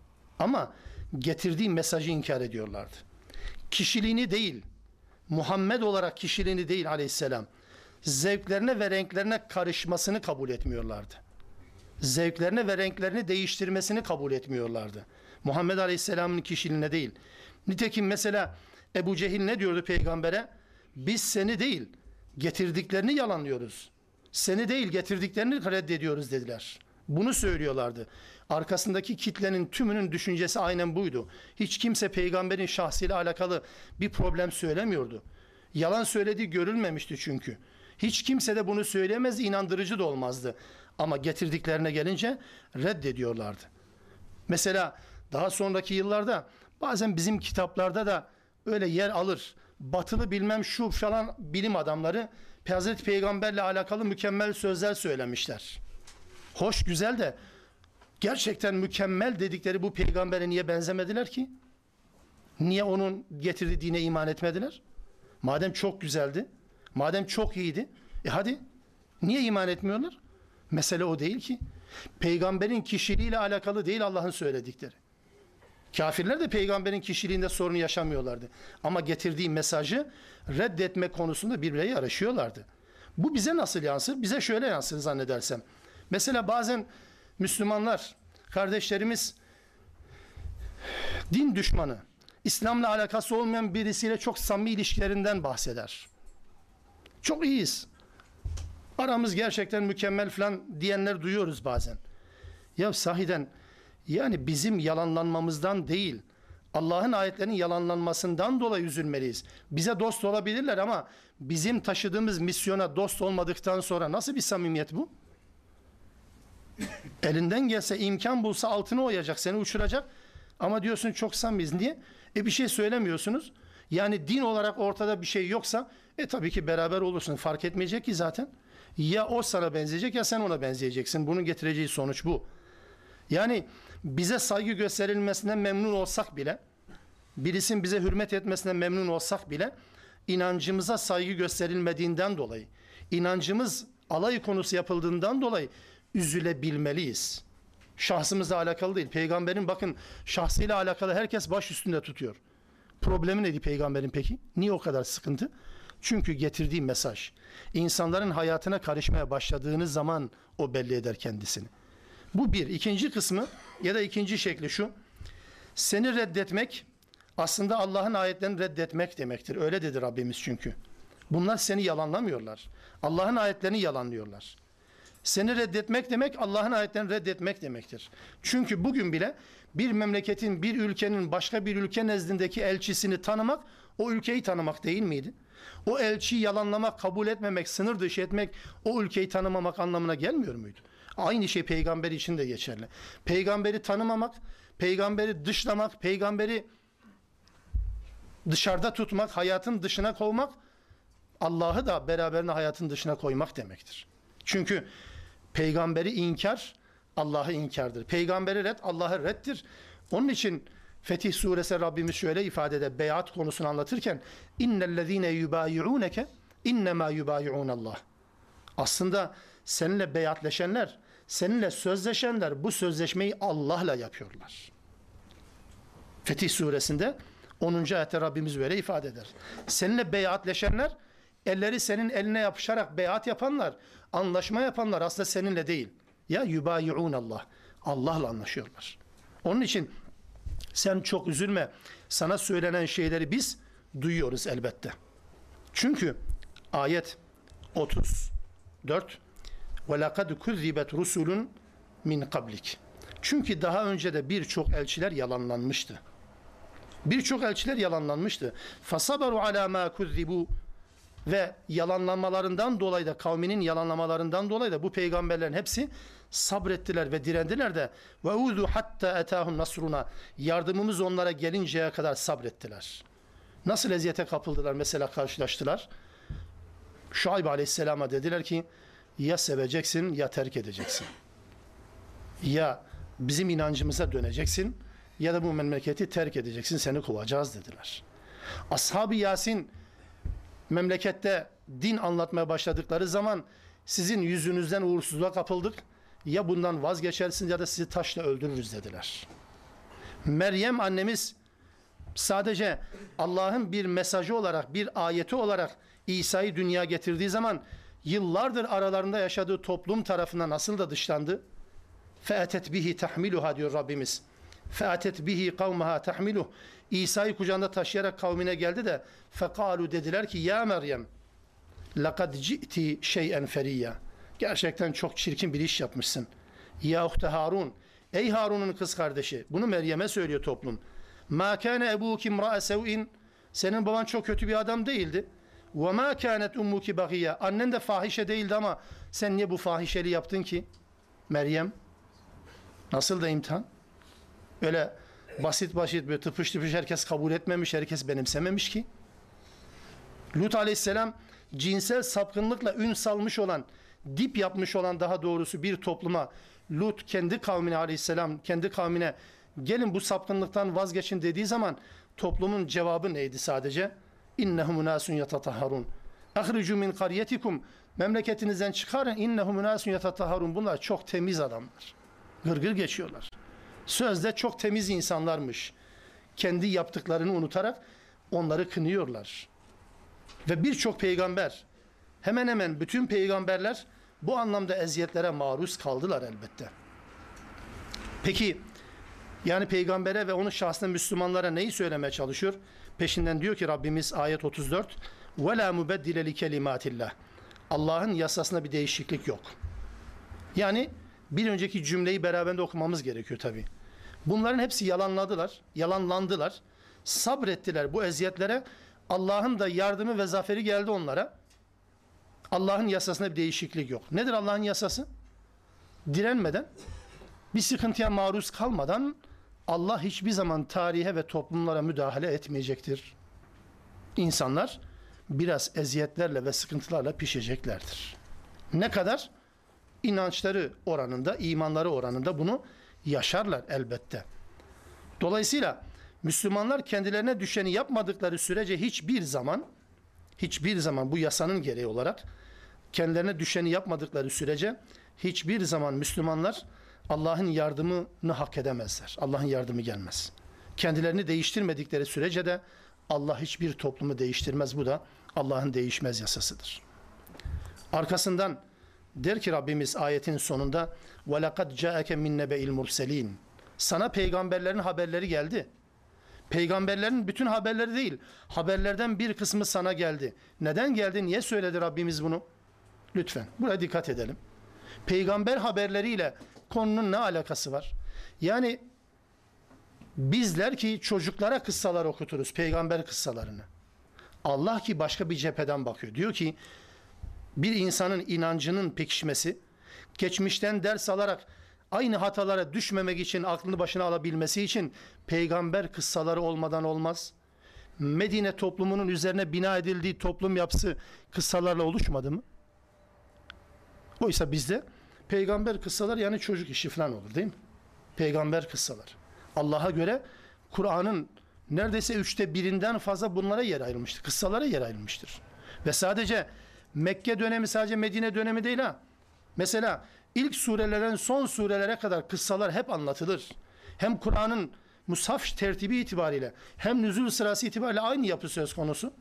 Ama getirdiği mesajı inkar ediyorlardı. Kişiliğini değil, Muhammed olarak kişiliğini değil aleyhisselam, zevklerine ve renklerine karışmasını kabul etmiyorlardı. Zevklerine ve renklerini değiştirmesini kabul etmiyorlardı. Muhammed Aleyhisselam'ın kişiliğine değil. Nitekim mesela Ebu Cehil ne diyordu peygambere? Biz seni değil, getirdiklerini yalanlıyoruz. Seni değil, getirdiklerini reddediyoruz dediler. Bunu söylüyorlardı. Arkasındaki kitlenin tümünün düşüncesi aynen buydu. Hiç kimse peygamberin şahsıyla alakalı bir problem söylemiyordu. Yalan söylediği görülmemişti çünkü. Hiç kimse de bunu söyleyemezdi, inandırıcı da olmazdı. Ama getirdiklerine gelince reddediyorlardı. Mesela daha sonraki yıllarda bazen bizim kitaplarda da öyle yer alır. Batılı bilmem şu falan bilim adamları Hazreti Peygamberle alakalı mükemmel sözler söylemişler. Hoş, güzel de gerçekten mükemmel dedikleri bu peygambere niye benzemediler ki? Niye onun getirdiği dine iman etmediler? Madem çok güzeldi, madem çok iyiydi, hadi niye iman etmiyorlar? Mesele o değil ki. Peygamberin kişiliğiyle alakalı değil Allah'ın söyledikleri. Kafirler de peygamberin kişiliğinde sorun yaşamıyorlardı. Ama getirdiği mesajı reddetme konusunda birbirine yarışıyorlardı. Bu bize nasıl yansır? Bize şöyle yansır zannedersem. Mesela bazen Müslümanlar, kardeşlerimiz din düşmanı, İslam'la alakası olmayan birisiyle çok samimi ilişkilerinden bahseder. Çok iyiyiz. Aramız gerçekten mükemmel falan diyenler duyuyoruz bazen. Ya sahiden yani bizim yalanlanmamızdan değil, Allah'ın ayetlerinin yalanlanmasından dolayı üzülmeliyiz. Bize dost olabilirler ama bizim taşıdığımız misyona dost olmadıktan sonra nasıl bir samimiyet bu? Elinden gelse, imkan bulsa altını oyacak, seni uçuracak. Ama diyorsun çok samimiyiz. Niye? Bir şey söylemiyorsunuz. Yani din olarak ortada bir şey yoksa tabii ki beraber olursun. Fark etmeyecek ki zaten. Ya o sana benzeyecek ya sen ona benzeyeceksin. Bunun getireceği sonuç bu. Yani bize saygı gösterilmesinden memnun olsak bile, birisinin bize hürmet etmesinden memnun olsak bile, inancımıza saygı gösterilmediğinden dolayı, inancımız alay konusu yapıldığından dolayı üzülebilmeliyiz. Şahsımızla alakalı değil. Peygamberin bakın şahsıyla alakalı herkes baş üstünde tutuyor. Problemi neydi peygamberin peki? Niye o kadar sıkıntı? Çünkü getirdiği mesaj. İnsanların hayatına karışmaya başladığınız zaman o belli eder kendisini. Bu bir. İkinci kısmı ya da ikinci şekli şu. Seni reddetmek aslında Allah'ın ayetlerini reddetmek demektir. Öyle dedi Rabbimiz çünkü. Bunlar seni yalanlamıyorlar. Allah'ın ayetlerini yalanlıyorlar. Seni reddetmek demek Allah'ın ayetlerini reddetmek demektir. Çünkü bugün bile bir memleketin, bir ülkenin başka bir ülke nezdindeki elçisini tanımak, o ülkeyi tanımak değil miydi? O elçiyi yalanlamak, kabul etmemek, sınır dışı etmek, o ülkeyi tanımamak anlamına gelmiyor muydu? Aynı şey peygamber için de geçerli. Peygamberi tanımamak, peygamberi dışlamak, peygamberi dışarıda tutmak, hayatın dışına kovmak, Allah'ı da beraberine hayatın dışına koymak demektir. Çünkü peygamberi inkar, Allah'ı inkardır. Peygamberi red, Allah'ı reddir. Onun için Fetih Suresi Rabbimiz şöyle ifade eder, beyat konusunu anlatırken innellezine yubayi'uneke innema yubayi'unallah. Aslında seninle beyatleşenler, seninle sözleşenler bu sözleşmeyi Allah'la yapıyorlar. Fetih Suresinde 10. ayette Rabbimiz böyle ifade eder. Seninle beyatleşenler, elleri senin eline yapışarak beyat yapanlar, anlaşma yapanlar aslında seninle değil. Ya yubayi'unallah. Allah'la anlaşıyorlar. Onun için sen çok üzülme. Sana söylenen şeyleri biz duyuyoruz elbette. Çünkü ayet 34 وَلَقَدْ كُذِّبَتْ رُسُلٌ min kablik. Çünkü daha önce de birçok elçiler yalanlanmıştı. Birçok elçiler yalanlanmıştı. فَصَبَرُوا عَلَى مَا كُذِّبُوا ve yalanlanmalarından dolayı da, kavminin yalanlamalarından dolayı da bu peygamberlerin hepsi sabrettiler ve direndiler de ve uzu hatta etahum nasruna, yardımımız onlara gelinceye kadar sabrettiler. Nasıl eziyete kapıldılar mesela, karşılaştılar. Şuayb Aleyhisselam'a dediler ki ya seveceksin ya terk edeceksin. Ya bizim inancımıza döneceksin ya da bu memleketi terk edeceksin, seni kovacağız dediler. Ashab-ı Yasin memlekette din anlatmaya başladıkları zaman sizin yüzünüzden uğursuzluğa kapıldık, ya bundan vazgeçersiniz ya da sizi taşla öldürürüz dediler. Meryem annemiz sadece Allah'ın bir mesajı olarak, bir ayeti olarak İsa'yı dünyaya getirdiği zaman yıllardır aralarında yaşadığı toplum tarafından nasıl da dışlandı? فَاَتَتْ بِهِ تَحْمِلُهَا diyor Rabbimiz. فَاَتَتْ بِهِ قَوْمَهَا تَحْمِلُهُ. İsa'yı kucağında taşıyarak kavmine geldi de فَقَالُوا dediler ki ya Meryem لَقَدْ جِئْتِ شَيْئًا فَرِيًّا. Gerçekten çok çirkin bir iş yapmışsın. Ya uhte Harun. Ey Harun'un kız kardeşi. Bunu Meryem'e söylüyor toplum. مَا كَانَ اَبُوكِ امْرَأَ سَوْءٍ. Senin baban çok kötü bir adam değildi. وَمَا كَانَتْ اُمُّكِ بَغِيَّ. Annen de fahişe değildi ama sen niye bu fahişeliği yaptın ki? Meryem. Nasıl da imtihan? Öyle basit böyle tıpış tıpış herkes kabul etmemiş, herkes benimsememiş ki. Lut Aleyhisselam cinsel sapkınlıkla ün salmış olan, dip yapmış olan daha doğrusu bir topluma, Lut kendi kavmine Aleyhisselam, kendi kavmine gelin bu sapkınlıktan vazgeçin dediği zaman toplumun cevabı neydi sadece? İnnehum nasun yatatahharun. Ahricu min qaryetikum. Memleketinizden çıkarın. İnnehum nasun yatatahharun. Bunlar çok temiz adamlar. Gırgır geçiyorlar. Sözde çok temiz insanlarmış. Kendi yaptıklarını unutarak onları kınıyorlar. Ve birçok peygamber, hemen hemen bütün peygamberler bu anlamda eziyetlere maruz kaldılar elbette. Peki yani peygambere ve onun şahsına Müslümanlara neyi söylemeye çalışıyor? Peşinden diyor ki Rabbimiz ayet 34 وَلَا مُبَدِّلَ لِكَلِمَاتِ اللّٰهِ Allah'ın yasasında bir değişiklik yok. Yani bir önceki cümleyi beraberinde okumamız gerekiyor tabi. Bunların hepsi yalanlandılar, sabrettiler bu eziyetlere. Allah'ın da yardımı ve zaferi geldi onlara. Allah'ın yasasında bir değişiklik yok. Nedir Allah'ın yasası? Direnmeden, bir sıkıntıya maruz kalmadan Allah hiçbir zaman tarihe ve toplumlara müdahale etmeyecektir. İnsanlar biraz eziyetlerle ve sıkıntılarla pişeceklerdir. Ne kadar? İnançları oranında, imanları oranında bunu yaşarlar elbette. Dolayısıyla Müslümanlar kendilerine düşeni yapmadıkları sürece hiçbir zaman bu yasanın gereği olarak kendilerine düşeni yapmadıkları sürece hiçbir zaman Müslümanlar Allah'ın yardımını hak edemezler. Allah'ın yardımı gelmez. Kendilerini değiştirmedikleri sürece de Allah hiçbir toplumu değiştirmez. Bu da Allah'ın değişmez yasasıdır. Arkasından der ki Rabbimiz ayetin sonunda وَلَقَدْ جَاءَكَ مِنْ نَبَئِ الْمُرْسَلِينَ Sana peygamberlerin haberleri geldi. Peygamberlerin bütün haberleri değil, haberlerden bir kısmı sana geldi. Neden geldi? Niye söyledi Rabbimiz bunu? Lütfen buraya dikkat edelim. Peygamber haberleriyle konunun ne alakası var? Yani bizler ki çocuklara kıssalar okuturuz, peygamber kıssalarını. Allah ki başka bir cepheden bakıyor. Diyor ki bir insanın inancının pekişmesi, geçmişten ders alarak aynı hatalara düşmemek için, aklını başına alabilmesi için peygamber kıssaları olmadan olmaz. Medine toplumunun üzerine bina edildiği toplum yapısı kıssalarla oluşmadı mı? Oysa bizde peygamber kıssalar yani çocuk işi falan olur değil mi? Peygamber kıssalar. Allah'a göre Kur'an'ın neredeyse 1/3'ünden fazla bunlara yer ayrılmıştır. Kıssalara yer ayrılmıştır. Ve sadece Mekke dönemi, sadece Medine dönemi değil ha. Mesela ilk surelerden son surelere kadar kıssalar hep anlatılır. Hem Kur'an'ın mushaf tertibi itibariyle hem nüzul sırası itibariyle aynı yapı söz konusu.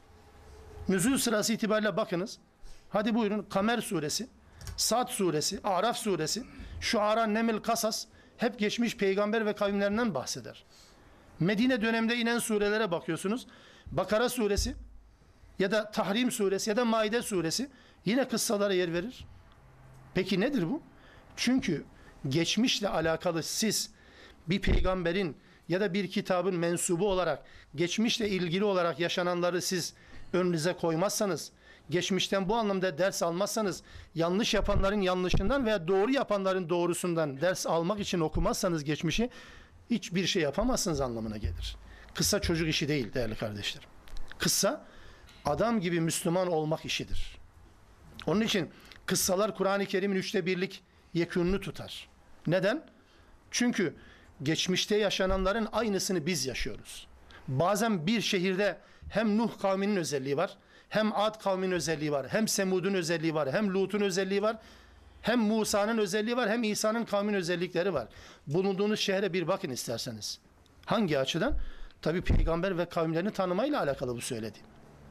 Nüzul sırası itibariyle bakınız. Hadi buyurun Kamer suresi, Sad suresi, Araf suresi, Şuara, Neml, Kasas hep geçmiş peygamber ve kavimlerinden bahseder. Medine döneminde inen surelere bakıyorsunuz. Bakara suresi ya da Tahrim suresi ya da Maide suresi yine kıssalara yer verir. Peki nedir bu? Çünkü geçmişle alakalı siz bir peygamberin ya da bir kitabın mensubu olarak geçmişle ilgili olarak yaşananları siz önünüze koymazsanız, geçmişten bu anlamda ders almazsanız, yanlış yapanların yanlışından veya doğru yapanların doğrusundan ders almak için okumazsanız geçmişi hiçbir şey yapamazsınız anlamına gelir. Kıssa çocuk işi değil değerli kardeşlerim. Kıssa adam gibi Müslüman olmak işidir. Onun için kıssalar Kur'an-ı Kerim'in 1/3'lik yekûnunu tutar. Neden? Çünkü geçmişte yaşananların aynısını biz yaşıyoruz. Bazen bir şehirde hem Nuh kavminin özelliği var, hem Ad kavminin özelliği var, hem Semud'un özelliği var, hem Lut'un özelliği var, hem Musa'nın özelliği var, hem İsa'nın kavminin özellikleri var. Bulunduğunuz şehre bir bakın isterseniz. Hangi açıdan? Tabii peygamber ve kavimlerini tanımayla alakalı bu söylediğim.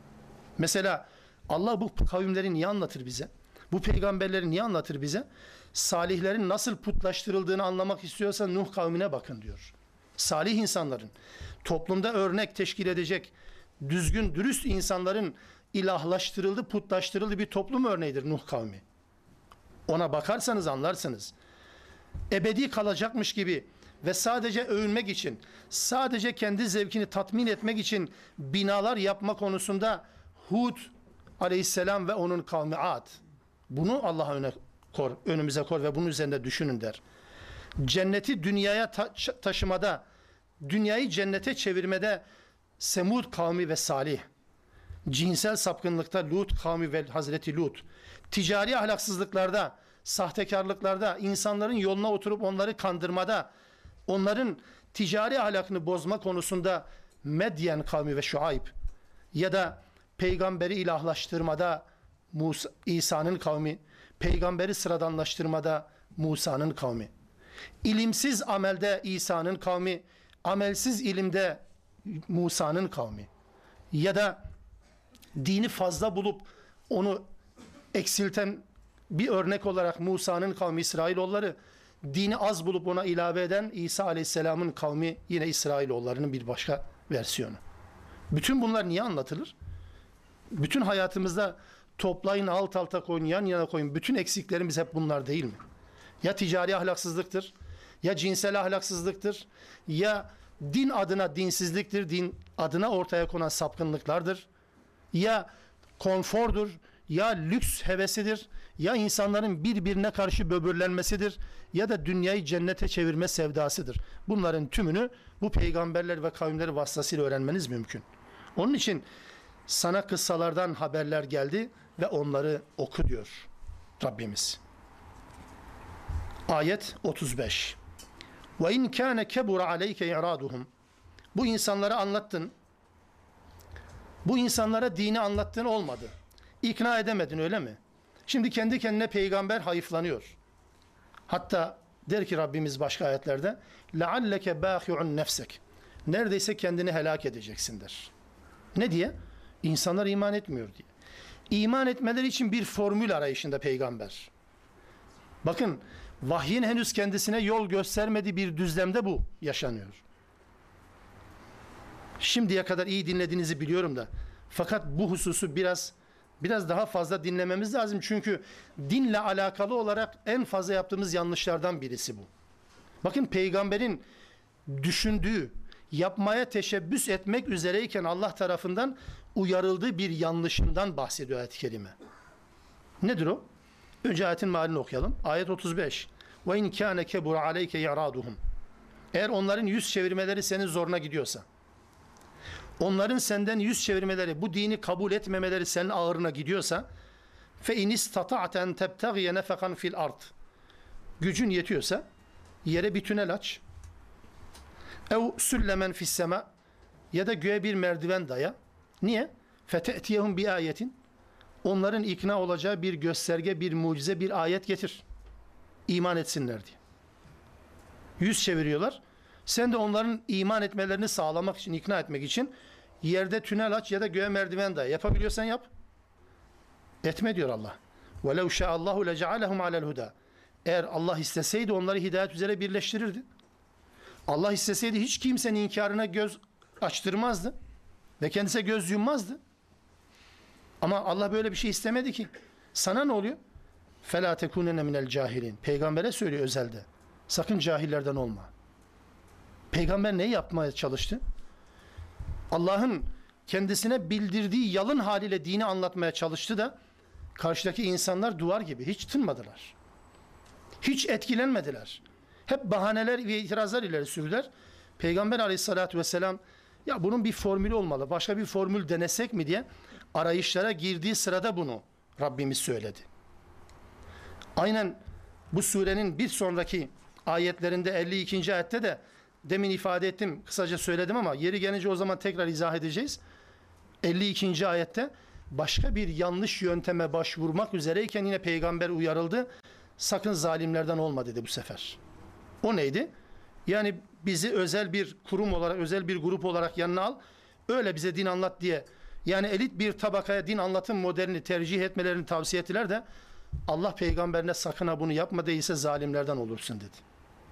Mesela Allah bu kavimleri niye anlatır bize? Bu peygamberleri niye anlatır bize? Salihlerin nasıl putlaştırıldığını anlamak istiyorsan Nuh kavmine bakın diyor. Salih insanların, toplumda örnek teşkil edecek, düzgün, dürüst insanların ilahlaştırıldığı, putlaştırıldığı bir toplum örneğidir Nuh kavmi. Ona bakarsanız anlarsınız. Ebedi kalacakmış gibi ve sadece övünmek için, sadece kendi zevkini tatmin etmek için binalar yapma konusunda Hud aleyhisselam ve onun kavmi Ad. Bunu Allah'a önümüze koy ve bunun üzerinde düşünün der. Cenneti dünyaya taşımada, dünyayı cennete çevirmede Semud kavmi ve Salih. Cinsel sapkınlıkta Lut kavmi ve Hazreti Lut. Ticari ahlaksızlıklarda, sahtekarlıklarda, insanların yoluna oturup onları kandırmada, onların ticari ahlakını bozma konusunda Medyen kavmi ve Şuayb ya da peygamberi ilahlaştırmada İsa'nın kavmi, peygamberi sıradanlaştırmada Musa'nın kavmi. İlimsiz amelde İsa'nın kavmi, amelsiz ilimde Musa'nın kavmi. Ya da dini fazla bulup onu eksilten bir örnek olarak Musa'nın kavmi İsrailoğulları, dini az bulup ona ilave eden İsa Aleyhisselam'ın kavmi yine İsrailoğullarının bir başka versiyonu. Bütün bunlar niye anlatılır? Bütün hayatımızda toplayın, alt alta koyun, yan yana koyun. Bütün eksiklerimiz hep bunlar değil mi? Ya ticari ahlaksızlıktır, ya cinsel ahlaksızlıktır, ya din adına dinsizliktir, din adına ortaya konan sapkınlıklardır, ya konfordur, ya lüks hevesidir, ya insanların birbirine karşı böbürlenmesidir, ya da dünyayı cennete çevirme sevdasıdır. Bunların tümünü bu peygamberler ve kavimleri vasıtasıyla öğrenmeniz mümkün. Onun için sana kıssalardan haberler geldi ve onları oku diyor Rabbimiz. Ayet 35. Ve in kana kebura aleyke i'raduhum. Bu insanlara anlattın. Bu insanlara dini anlattın, olmadı. İkna edemedin, öyle mi? Şimdi kendi kendine peygamber hayıflanıyor. Hatta der ki Rabbimiz başka ayetlerde لَعَلَّكَ بَاخِعُنْ nefsek. Neredeyse kendini helak edeceksin der. Ne diye? İnsanlar iman etmiyor diye. İman etmeleri için bir formül arayışında peygamber. Bakın, vahyin henüz kendisine yol göstermediği bir düzlemde bu yaşanıyor. Şimdiye kadar iyi dinlediğinizi biliyorum da, fakat bu hususu biraz daha fazla dinlememiz lazım. Çünkü dinle alakalı olarak en fazla yaptığımız yanlışlardan birisi bu. Bakın, peygamberin düşündüğü, yapmaya teşebbüs etmek üzereyken Allah tarafından uyarıldığı bir yanlışından bahsediyor ayet-i kerime. Nedir o? Önce ayetin mealini okuyalım. Ayet 35. Ve in kana kebura aleyke i'raduhum. Eğer onların yüz çevirmeleri senin zoruna gidiyorsa, onların senden yüz çevirmeleri, bu dini kabul etmemeleri senin ağırına gidiyorsa, fe in istata'te en tebtaghiye nefekan fil ard. Gücün yetiyorsa yere bir tünel aç. Ev süllemen fis sema, ya da göğe bir merdiven daya. Niye? Fete'tiyehum bi ayetin. Onların ikna olacağı bir gösterge, bir mucize, bir ayet getir. İman etsinler diye. Yüz çeviriyorlar. Sen de onların iman etmelerini sağlamak için, ikna etmek için yerde tünel aç ya da göğe merdiven daya. Yapabiliyorsan yap. Etme diyor Allah. وَلَوْ شَاءَ اللّٰهُ لَجَعَلَهُمْ عَلَى الْهُدَى. Eğer Allah isteseydi onları hidayet üzere birleştirirdi. Allah isteseydi hiç kimsenin inkarına göz açtırmazdı. Ve kendisine göz yummazdı. Ama Allah böyle bir şey istemedi ki. Sana ne oluyor? فَلَا تَكُونَنَ مِنَ الْجَاهِلِينَ. Peygambere söylüyor özelde. Sakın cahillerden olma. Peygamber ne yapmaya çalıştı? Allah'ın kendisine bildirdiği yalın haliyle dini anlatmaya çalıştı da karşıdaki insanlar duvar gibi hiç tınmadılar. Hiç etkilenmediler. Hep bahaneler ve itirazlar ileri sürdüler. Peygamber aleyhissalatü vesselam, ya bunun bir formülü olmalı, başka bir formül denesek mi diye arayışlara girdiği sırada bunu Rabbimiz söyledi. Aynen bu surenin bir sonraki ayetlerinde 52. ayette de demin ifade ettim, kısaca söyledim ama yeri gelince o zaman tekrar izah edeceğiz. 52. ayette başka bir yanlış yönteme başvurmak üzereyken yine peygamber uyarıldı. Sakın zalimlerden olma dedi bu sefer. O neydi? Yani bizi özel bir kurum olarak, özel bir grup olarak yanına al. Öyle bize din anlat diye. Yani elit bir tabakaya din anlatım modelini tercih etmelerini tavsiye ettiler de Allah peygamberine sakın ha bunu yapma, değilse zalimlerden olursun dedi.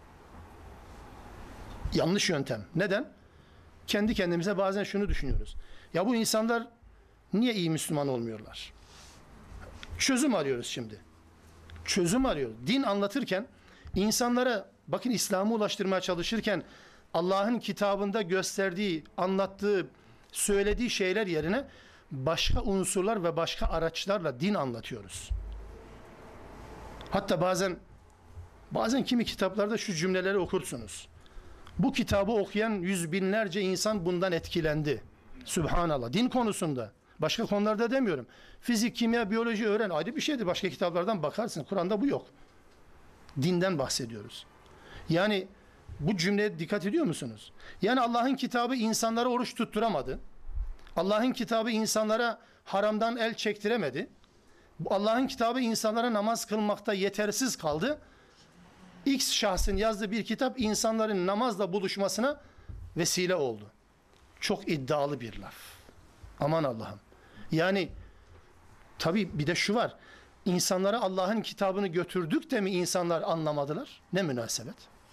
Yanlış yöntem. Neden? Kendi kendimize bazen şunu düşünüyoruz. Ya bu insanlar niye iyi Müslüman olmuyorlar? Çözüm arıyoruz şimdi. Çözüm arıyoruz. Din anlatırken insanlara, bakın, İslam'ı ulaştırmaya çalışırken Allah'ın kitabında gösterdiği, anlattığı, söylediği şeyler yerine başka unsurlar ve başka araçlarla din anlatıyoruz. Hatta bazen kimi kitaplarda şu cümleleri okursunuz. Bu kitabı okuyan yüz binlerce insan bundan etkilendi. Sübhanallah. Din konusunda. Başka konularda demiyorum. Fizik, kimya, biyoloji öğren. Ayrı bir şeydir. Başka kitaplardan bakarsın. Kur'an'da bu yok. Dinden bahsediyoruz. Yani bu cümleye dikkat ediyor musunuz? Yani Allah'ın kitabı insanlara oruç tutturamadı. Allah'ın kitabı insanlara haramdan el çektiremedi. Allah'ın kitabı insanlara namaz kılmakta yetersiz kaldı. X şahsın yazdığı bir kitap insanların namazla buluşmasına vesile oldu. Çok iddialı bir laf. Aman Allah'ım. Yani tabii bir de şu var. İnsanlara Allah'ın kitabını götürdük de mi insanlar anlamadılar? Ne münasebet?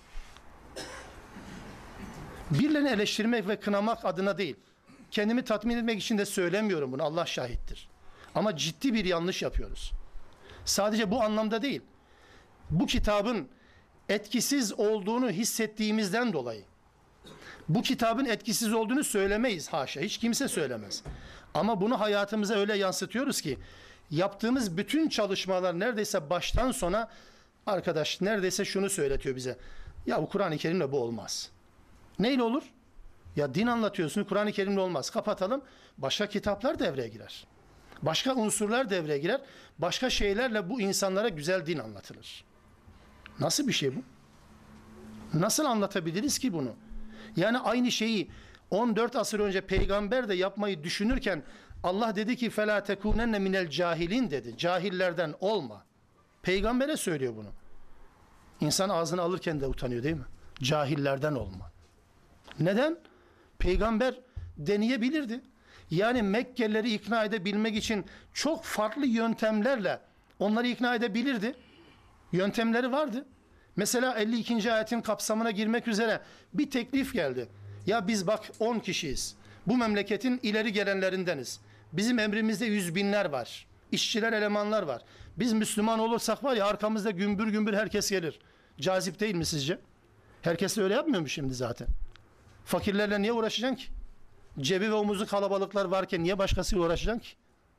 Birilerini eleştirmek ve kınamak adına değil. Kendimi tatmin etmek için de söylemiyorum bunu. Allah şahittir. Ama ciddi bir yanlış yapıyoruz. Sadece bu anlamda değil. Bu kitabın etkisiz olduğunu hissettiğimizden dolayı. Bu kitabın etkisiz olduğunu söylemeyiz haşa. Hiç kimse söylemez. Ama bunu hayatımıza öyle yansıtıyoruz ki yaptığımız bütün çalışmalar neredeyse baştan sona arkadaş neredeyse şunu söyletiyor bize. Ya bu Kur'an-ı Kerim'le bu olmaz. Neyle olur? Ya din anlatıyorsun, Kur'an-ı Kerim'le olmaz. Kapatalım. Başka kitaplar devreye girer. Başka unsurlar devreye girer. Başka şeylerle bu insanlara güzel din anlatılır. Nasıl bir şey bu? Nasıl anlatabiliriz ki bunu? Yani aynı şeyi 14 asır önce peygamber de yapmayı düşünürken Allah dedi ki فَلَا تَكُونَنَّ مِنَ الْجَاهِلِينَ dedi. Cahillerden olma. Peygambere söylüyor bunu. İnsan ağzını alırken de utanıyor değil mi? Cahillerden olma. Neden? Peygamber deneyebilirdi. Yani Mekkelileri ikna edebilmek için çok farklı yöntemlerle onları ikna edebilirdi. Yöntemleri vardı. Mesela 52. ayetin kapsamına girmek üzere bir teklif geldi. Ya biz bak 10 kişiyiz. Bu memleketin ileri gelenlerindeniz. Bizim emrimizde 100 binler var. İşçiler, elemanlar var. Biz Müslüman olursak var ya arkamızda gümbür gümbür herkes gelir. Cazip değil mi sizce? Herkes de öyle yapmıyor mu şimdi zaten? Fakirlerle niye uğraşacaksın ki? Cebi ve omuzu kalabalıklar varken niye başkasıyla uğraşacaksın ki?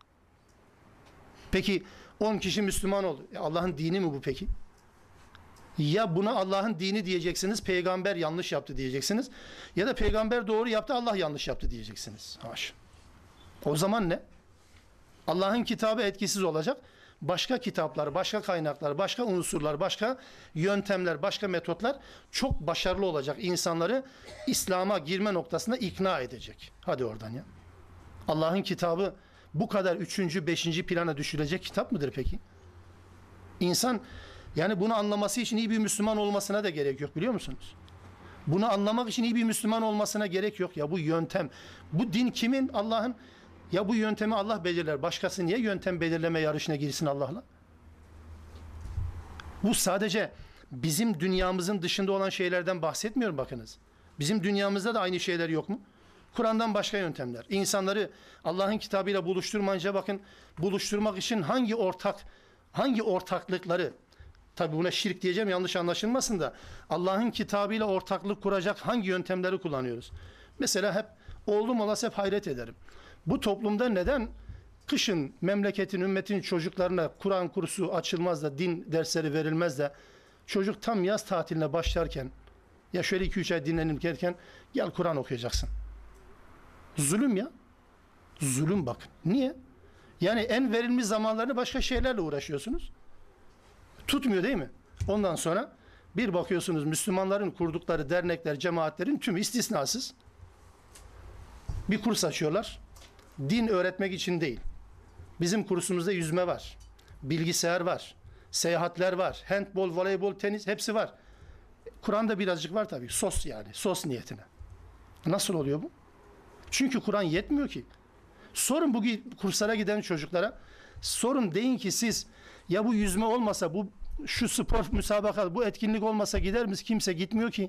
Peki 10 kişi Müslüman oldu. Allah'ın dini mi bu peki? Ya buna Allah'ın dini diyeceksiniz, peygamber yanlış yaptı diyeceksiniz. Ya da peygamber doğru yaptı, Allah yanlış yaptı diyeceksiniz. Haşa. O zaman ne? Allah'ın kitabı etkisiz olacak. Başka kitaplar, başka kaynaklar, başka unsurlar, başka yöntemler, başka metotlar çok başarılı olacak. İnsanları İslam'a girme noktasında ikna edecek. Hadi oradan ya. Allah'ın kitabı bu kadar 3. 5. plana düşürecek kitap mıdır peki? İnsan yani bunu anlaması için iyi bir Müslüman olmasına da gerek yok biliyor musunuz? Bunu anlamak için iyi bir Müslüman olmasına gerek yok. Ya bu yöntem, bu din kimin? Allah'ın. Ya bu yöntemi Allah belirler. Başkası niye yöntem belirleme yarışına girsin Allah'la? Bu sadece bizim dünyamızın dışında olan şeylerden bahsetmiyorum bakınız. Bizim dünyamızda da aynı şeyler yok mu? Kur'an'dan başka yöntemler. İnsanları Allah'ın kitabıyla buluşturmayınca bakın buluşturmak için hangi ortaklıkları, tabi buna şirk diyeceğim yanlış anlaşılmasın da Allah'ın kitabıyla ortaklık kuracak hangi yöntemleri kullanıyoruz? Mesela hep oğlum olası hep hayret ederim. Bu toplumda neden kışın memleketin, ümmetin çocuklarına Kur'an kursu açılmaz da din dersleri verilmez de çocuk tam yaz tatiline başlarken ya şöyle 2-3 ay dinlenirken gel Kur'an okuyacaksın. Zulüm ya. Zulüm bak. Niye? Yani en verilmiş zamanlarını başka şeylerle uğraşıyorsunuz. Tutmuyor değil mi? Ondan sonra bir bakıyorsunuz Müslümanların kurdukları dernekler, cemaatlerin tümü istisnasız bir kurs açıyorlar. Din öğretmek için değil. Bizim kursumuzda yüzme var. Bilgisayar var. Seyahatler var. Handbol, voleybol, tenis hepsi var. Kur'an'da birazcık var tabii. Sos yani. Sos niyetine. Nasıl oluyor bu? Çünkü Kur'an yetmiyor ki. Sorun bu kurslara giden çocuklara. Sorun deyin ki siz ya bu yüzme olmasa, şu spor müsabaka, bu etkinlik olmasa gider miyiz? Kimse gitmiyor ki.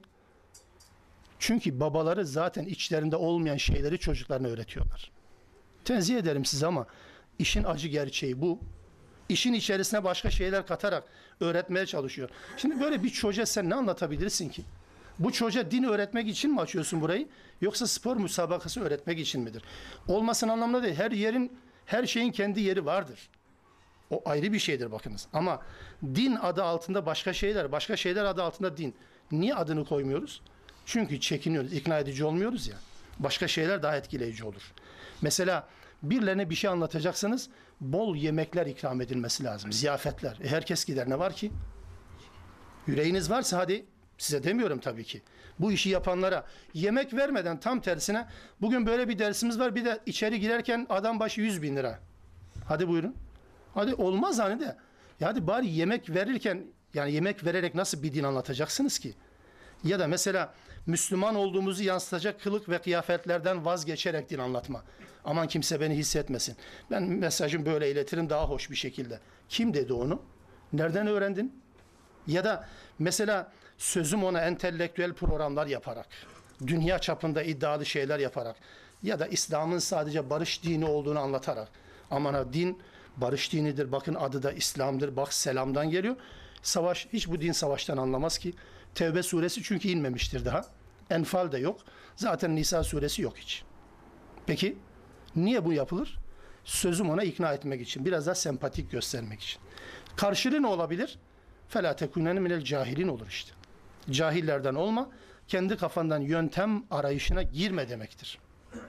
Çünkü babaları zaten içlerinde olmayan şeyleri çocuklarına öğretiyorlar. Tenzih ederim size ama işin acı gerçeği bu. İşin içerisine başka şeyler katarak öğretmeye çalışıyor. Şimdi böyle bir çocuğa sen ne anlatabilirsin ki? Bu çocuğa din öğretmek için mi açıyorsun burayı? Yoksa spor müsabakası öğretmek için midir? Olmasın anlamında değil. Her şeyin kendi yeri vardır. O ayrı bir şeydir bakınız. Ama din adı altında başka şeyler adı altında din. Niye adını koymuyoruz? Çünkü çekiniyoruz, ikna edici olmuyoruz ya. Başka şeyler daha etkileyici olur. Mesela birilerine bir şey anlatacaksınız, bol yemekler ikram edilmesi lazım, ziyafetler. Herkes gider, ne var ki? Yüreğiniz varsa hadi, size demiyorum tabii ki. Bu işi yapanlara yemek vermeden tam tersine, bugün böyle bir dersimiz var, bir de içeri girerken adam başı 100 bin lira. Hadi buyurun. Hadi olmaz hani de. Ya hadi bari yemek verirken, yani yemek vererek nasıl bir din anlatacaksınız ki? Ya da mesela Müslüman olduğumuzu yansıtacak kılık ve kıyafetlerden vazgeçerek din anlatma. Aman kimse beni hissetmesin. Ben mesajımı böyle iletirim daha hoş bir şekilde. Kim dedi onu? Nereden öğrendin? Ya da mesela sözüm ona entelektüel programlar yaparak, dünya çapında iddialı şeyler yaparak ya da İslam'ın sadece barış dini olduğunu anlatarak. Aman ha, din barış dinidir. Bakın adı da İslam'dır. Bak selamdan geliyor. Savaş, hiç bu din savaştan anlamaz ki. Tevbe suresi çünkü inmemiştir daha. Enfal de yok. Zaten Nisa suresi yok hiç. Peki niye bu yapılır? Sözüm ona ikna etmek için. Biraz daha sempatik göstermek için. Karşılığı ne olabilir? فَلَا تَكُنَنِ مِنَ الْجَاهِلِينَ olur işte. Cahillerden olma, kendi kafandan yöntem arayışına girme demektir.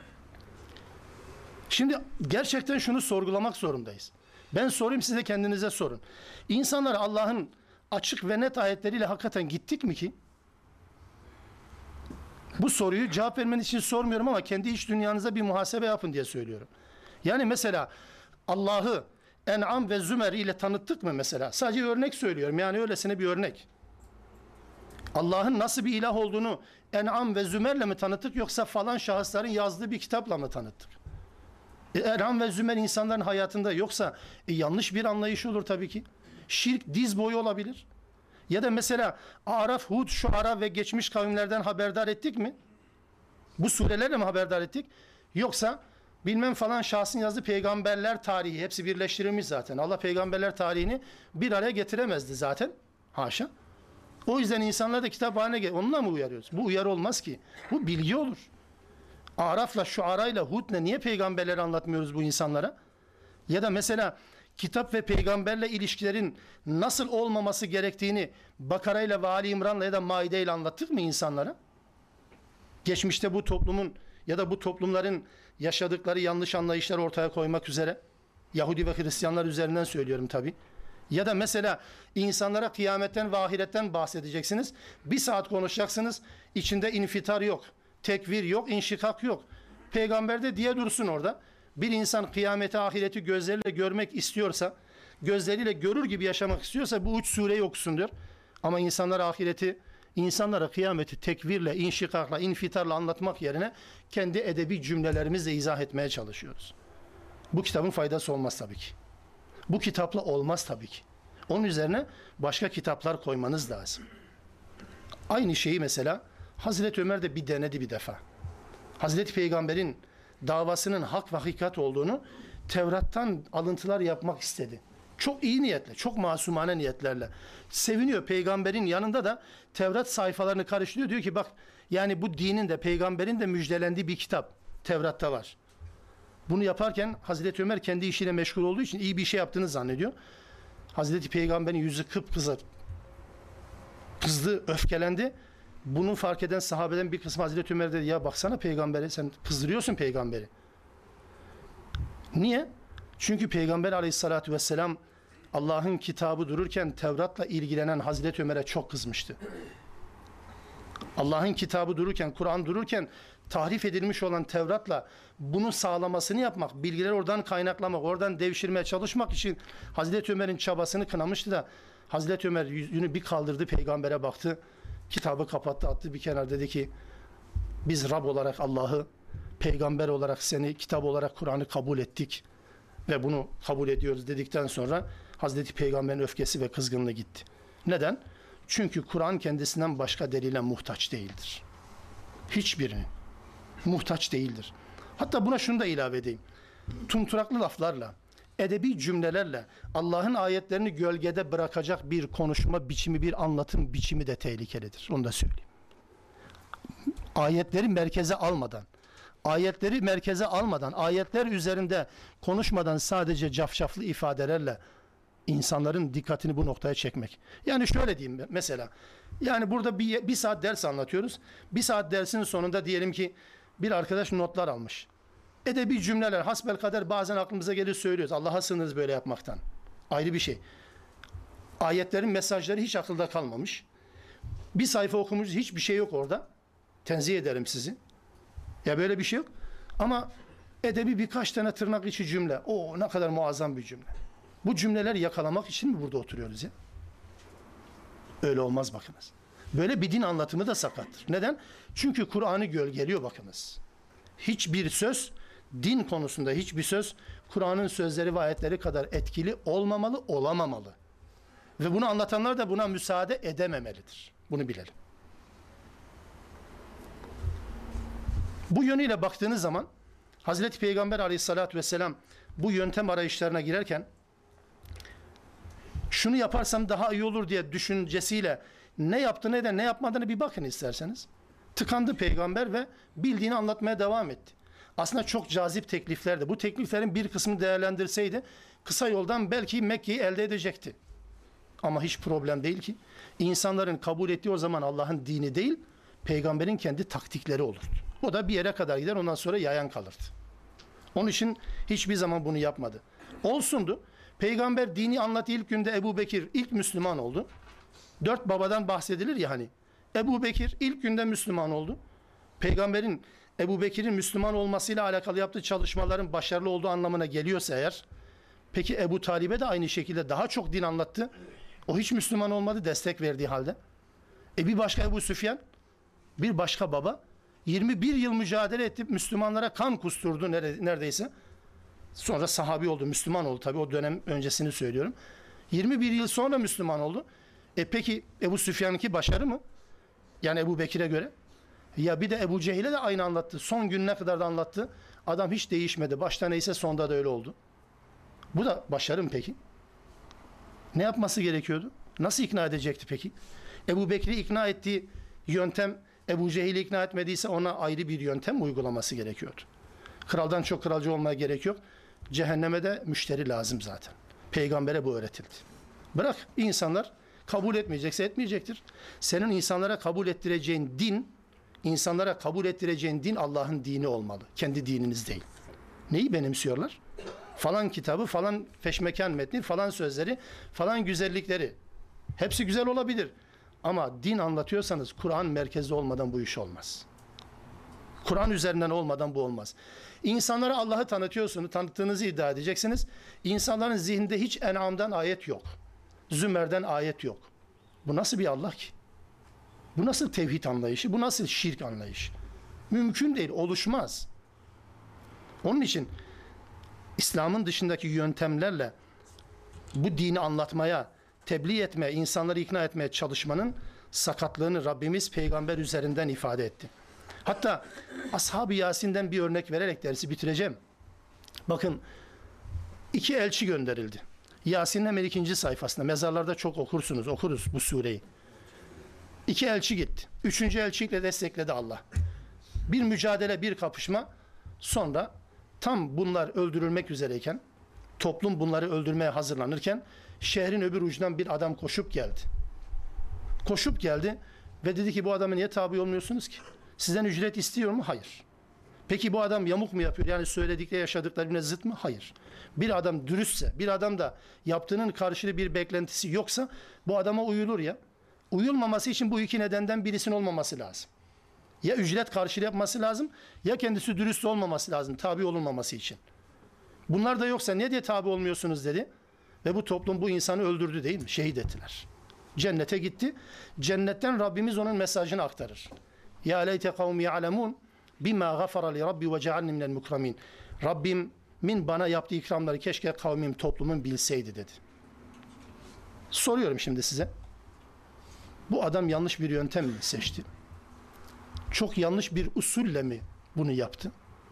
Şimdi gerçekten şunu sorgulamak zorundayız. Ben sorayım, size kendinize sorun. İnsanlar Allah'ın açık ve net ayetleriyle hakikaten gittik mi ki? Bu soruyu cevap vermen için sormuyorum ama kendi iç dünyanıza bir muhasebe yapın diye söylüyorum. Yani mesela Allah'ı En'am ve Zümer ile tanıttık mı mesela? Sadece örnek söylüyorum, yani öylesine bir örnek. Allah'ın nasıl bir ilah olduğunu En'am ve Zümer'le mi tanıttık, yoksa falan şahısların yazdığı bir kitapla mı tanıttık? En'am ve Zümer insanların hayatında yoksa yanlış bir anlayış olur tabii ki. Şirk diz boyu olabilir. Ya da mesela Araf, Hud, Şuara ve geçmiş kavimlerden haberdar ettik mi? Bu surelerle mi haberdar ettik? Yoksa bilmem falan şahsın yazdığı peygamberler tarihi, hepsi birleştirilmiş zaten. Allah peygamberler tarihini bir araya getiremezdi zaten. Haşa. O yüzden insanlar da kitap haline geliyor. Onunla mı uyarıyoruz? Bu uyarı olmaz ki. Bu bilgi olur. Araf'la, Şuara'yla, Hud'la niye peygamberleri anlatmıyoruz bu insanlara? Ya da mesela kitap ve peygamberle ilişkilerin nasıl olmaması gerektiğini Bakara'yla ve Ali İmran'la ya da Maide'yle anlattık mı insanlara? Geçmişte bu toplumun ya da bu toplumların yaşadıkları yanlış anlayışları ortaya koymak üzere, Yahudi ve Hristiyanlar üzerinden söylüyorum tabi. Ya da mesela insanlara kıyametten ve ahiretten bahsedeceksiniz. Bir saat konuşacaksınız. İçinde infitar yok, tekvir yok, inşikak yok. Peygamber de diye dursun orada. Bir insan kıyameti, ahireti gözleriyle görmek istiyorsa, gözleriyle görür gibi yaşamak istiyorsa bu 3 sureyi okusun diyor. Ama insanlar ahireti, insanlara kıyameti tekvirle, inşikakla, infitarla anlatmak yerine kendi edebi cümlelerimizle izah etmeye çalışıyoruz. Bu kitabın faydası olmaz tabii ki. Bu kitapla olmaz tabii ki. Onun üzerine başka kitaplar koymanız lazım. Aynı şeyi mesela Hazreti Ömer de bir denedi bir defa. Hazreti Peygamber'in davasının hak ve hakikat olduğunu Tevrat'tan alıntılar yapmak istedi. Çok iyi niyetle, çok masumane niyetlerle. Seviniyor, peygamberin yanında da Tevrat sayfalarını karıştırıyor. Diyor ki bak, yani bu dinin de peygamberin de müjdelendiği bir kitap Tevrat'ta var. Bunu yaparken Hazreti Ömer kendi işiyle meşgul olduğu için iyi bir şey yaptığını zannediyor. Hazreti Peygamber'in yüzü kıpkızardı. Kızdı, öfkelendi. Bunu fark eden sahabeden bir kısmı Hazreti Ömer dedi, ya baksana peygamberi, sen kızdırıyorsun peygamberi. Niye? Çünkü Peygamber aleyhissalatü vesselam Allah'ın kitabı dururken Tevrat'la ilgilenen Hazreti Ömer'e çok kızmıştı. Allah'ın kitabı dururken, Kur'an dururken tahrif edilmiş olan Tevrat'la bunun sağlamasını yapmak, bilgileri oradan kaynaklamak, oradan devşirmeye çalışmak için Hazreti Ömer'in çabasını kınamıştı da Hazreti Ömer yüzünü bir kaldırdı, peygambere baktı, kitabı kapattı, attı bir kenar, dedi ki biz Rab olarak Allah'ı, peygamber olarak seni, kitap olarak Kur'an'ı kabul ettik ve bunu kabul ediyoruz dedikten sonra Hazreti Peygamber'in öfkesi ve kızgınlığı gitti. Neden? Çünkü Kur'an kendisinden başka delile muhtaç değildir. Hiçbirine muhtaç değildir. Hatta buna şunu da ilave edeyim. Tumturaklı laflarla, edebi cümlelerle Allah'ın ayetlerini gölgede bırakacak bir konuşma biçimi, bir anlatım biçimi de tehlikelidir. Onu da söyleyeyim. Ayetleri merkeze almadan, ayetler üzerinde konuşmadan sadece cafcaflı ifadelerle insanların dikkatini bu noktaya çekmek. Yani şöyle diyeyim mesela, yani burada bir saat ders anlatıyoruz. Bir saat dersin sonunda diyelim ki bir arkadaş notlar almış. Edebi cümleler, hasbelkader bazen aklımıza gelir söylüyoruz. Allah'a sığınırız böyle yapmaktan. Ayrı bir şey. Ayetlerin mesajları hiç akılda kalmamış. Bir sayfa okumuş, hiçbir şey yok orada. Tenzih ederim sizi. Ya böyle bir şey yok. Ama edebi birkaç tane tırnak içi cümle. O ne kadar muazzam bir cümle. Bu cümleleri yakalamak için mi burada oturuyoruz ya? Öyle olmaz bakınız. Böyle bir din anlatımı da sakattır. Neden? Çünkü Kur'an'ı gölgeliyor bakınız. Hiçbir söz, din konusunda hiçbir söz Kur'an'ın sözleri ve ayetleri kadar etkili olmamalı, olamamalı. Ve bunu anlatanlar da buna müsaade edememelidir. Bunu bilelim. Bu yönüyle baktığınız zaman Hazreti Peygamber aleyhissalatü vesselam bu yöntem arayışlarına girerken şunu yaparsam daha iyi olur diye düşüncesiyle ne yaptığını ne yapmadığını bir bakın isterseniz. Tıkandı peygamber ve bildiğini anlatmaya devam etti. Aslında çok cazip tekliflerdi. Bu tekliflerin bir kısmını değerlendirseydi kısa yoldan belki Mekke'yi elde edecekti. Ama hiç problem değil ki. İnsanların kabul ettiği o zaman Allah'ın dini değil, peygamberin kendi taktikleri olurdu. O da bir yere kadar gider, ondan sonra yayan kalırdı. Onun için hiçbir zaman bunu yapmadı. Olsundu. Peygamber dini anlattığı ilk günde Ebu Bekir ilk Müslüman oldu. 4 babadan bahsedilir ya hani. Ebu Bekir ilk günde Müslüman oldu. Peygamberin Ebu Bekir'in Müslüman olmasıyla alakalı yaptığı çalışmaların başarılı olduğu anlamına geliyorsa eğer, peki Ebu Talib'e de aynı şekilde daha çok din anlattı. O hiç Müslüman olmadı destek verdiği halde. Bir başka Ebu Süfyan, bir başka baba 21 yıl mücadele etti, Müslümanlara kan kusturdu neredeyse. Sonra sahabi oldu, Müslüman oldu tabii, o dönem öncesini söylüyorum. 21 yıl sonra Müslüman oldu. Peki Ebu Süfyan'ınki başarı mı? Yani Ebu Bekir'e göre. Ya bir de Ebu Cehil'e de aynı anlattı. Son gününe kadar da anlattı. Adam hiç değişmedi. Başta neyse sonda da öyle oldu. Bu da başarı mı peki? Ne yapması gerekiyordu? Nasıl ikna edecekti peki? Ebu Bekir'i ikna ettiği yöntem Ebu Cehil'i ikna etmediyse ona ayrı bir yöntem uygulaması gerekiyordu. Kraldan çok kralcı olmaya gerek yok. Cehenneme de müşteri lazım zaten. Peygambere bu öğretildi. Bırak insanlar kabul etmeyecekse etmeyecektir. Senin insanlara kabul ettireceğin din, insanlara kabul ettireceğin din Allah'ın dini olmalı. Kendi dininiz değil. Neyi benimsiyorlar? Falan kitabı, falan feşmekan metni, falan sözleri, falan güzellikleri. Hepsi güzel olabilir. Ama din anlatıyorsanız Kur'an merkezde olmadan bu iş olmaz. Kur'an üzerinden olmadan bu olmaz. İnsanlara Allah'ı tanıttığınızı iddia edeceksiniz. İnsanların zihninde hiç En'am'dan ayet yok. Zümer'den ayet yok. Bu nasıl bir Allah ki? Bu nasıl tevhid anlayışı? Bu nasıl şirk anlayışı? Mümkün değil, oluşmaz. Onun için İslam'ın dışındaki yöntemlerle bu dini anlatmaya, tebliğ etmeye, insanları ikna etmeye çalışmanın sakatlığını Rabbimiz peygamber üzerinden ifade etti. Hatta Ashab-ı Yasin'den bir örnek vererek dersi bitireceğim. Bakın 2 elçi gönderildi. Yasin'in hemen 2. sayfasında. Mezarlarda çok okuruz bu sureyi. 2 elçi gitti. 3. elçiyle destekledi Allah. Bir mücadele, bir kapışma. Sonra tam bunlar öldürülmek üzereyken, toplum bunları öldürmeye hazırlanırken şehrin öbür ucundan bir adam koşup geldi. Koşup geldi ve dedi ki bu adama niye tabi olmuyorsunuz ki? Sizden ücret istiyor mu? Hayır. Peki bu adam yamuk mu yapıyor? Yani söyledikleri, yaşadıkları birbirine zıt mı? Hayır. Bir adam dürüstse, bir adam da yaptığının karşılığı bir beklentisi yoksa bu adama uyulur ya. Uyulmaması için bu 2 nedenden birisinin olmaması lazım. Ya ücret karşılığı yapması lazım, ya kendisi dürüst olmaması lazım, tabi olunmaması için. Bunlar da yoksa ne diye tabi olmuyorsunuz dedi. Ve bu toplum bu insanı öldürdü değil mi? Şehit ettiler. Cennete gitti. Cennetten Rabbimiz onun mesajını aktarır. Ya leyte kavmi ya'lemun bima gafara li rabbi ve cealni minel mukramin. Rabbimin bana yaptığı ikramları keşke kavmim, toplumum bilseydi dedi. Soruyorum şimdi size. Bu adam yanlış bir yöntem mi seçti? Çok yanlış bir usulle mi bunu yaptı?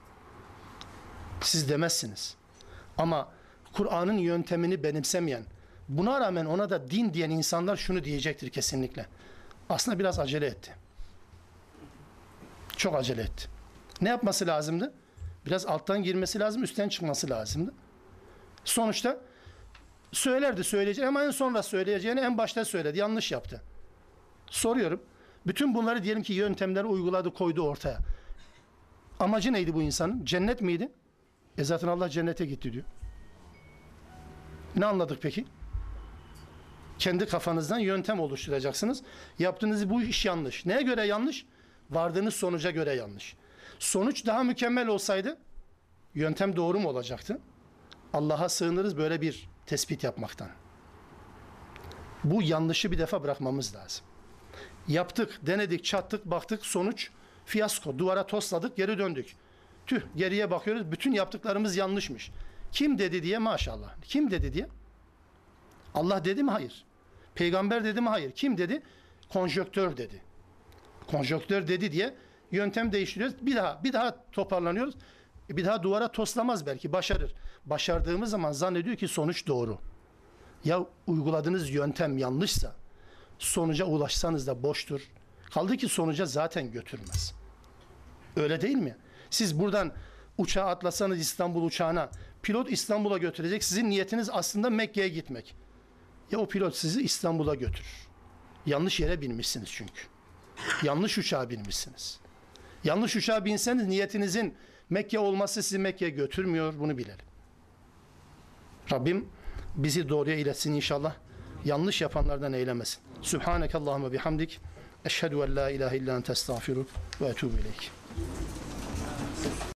Siz demezsiniz. Ama Kur'an'ın yöntemini benimsemeyen, buna rağmen ona da din diyen insanlar şunu diyecektir kesinlikle. Aslında biraz acele etti. Çok acele etti. Ne yapması lazımdı? Biraz alttan girmesi lazım, üstten çıkması lazımdı. Sonuçta söyleyeceğini ama en sonra söyleyeceğini en başta söyledi. Yanlış yaptı. Soruyorum. Bütün bunları diyelim ki yöntemleri uyguladı, koydu ortaya. Amacı neydi bu insanın? Cennet miydi? Zaten Allah cennete gitti diyor. Ne anladık peki? Kendi kafanızdan yöntem oluşturacaksınız. Yaptığınız bu iş yanlış. Neye göre yanlış? Vardığınız sonuca göre yanlış. Sonuç daha mükemmel olsaydı yöntem doğru mu olacaktı? Allah'a sığınırız böyle bir tespit yapmaktan. Bu yanlışı bir defa bırakmamız lazım. Yaptık, denedik, çattık, baktık, sonuç fiyasko. Duvara tosladık, geri döndük. Tüh, geriye bakıyoruz, bütün yaptıklarımız yanlışmış. Kim dedi diye maşallah. Kim dedi diye? Allah dedi mi? Hayır. Peygamber dedi mi? Hayır. Kim dedi? Konjöktör dedi. Konjöktör dedi diye yöntem değiştiriyoruz. Bir daha toparlanıyoruz. Bir daha duvara toslamaz belki, başarır. Başardığımız zaman zannediyor ki sonuç doğru. Ya uyguladığınız yöntem yanlışsa, sonuca ulaşsanız da boştur. Kaldı ki sonuca zaten götürmez. Öyle değil mi? Siz buradan uçağa atlasanız İstanbul uçağına, pilot İstanbul'a götürecek. Sizin niyetiniz aslında Mekke'ye gitmek. Ya o pilot sizi İstanbul'a götürür. Yanlış yere binmişsiniz çünkü. Yanlış uçağa binmişsiniz. Yanlış uçağa binseniz niyetinizin Mekke olması sizi Mekke'ye götürmüyor. Bunu bilelim. Rabbim bizi doğruya iletsin inşallah. Yanlış yapanlardan eylemesin. Subhanekallahumma bihamdik. Eşhedü en la ilahe illa ente estağfiruk ve etûbü ileyk.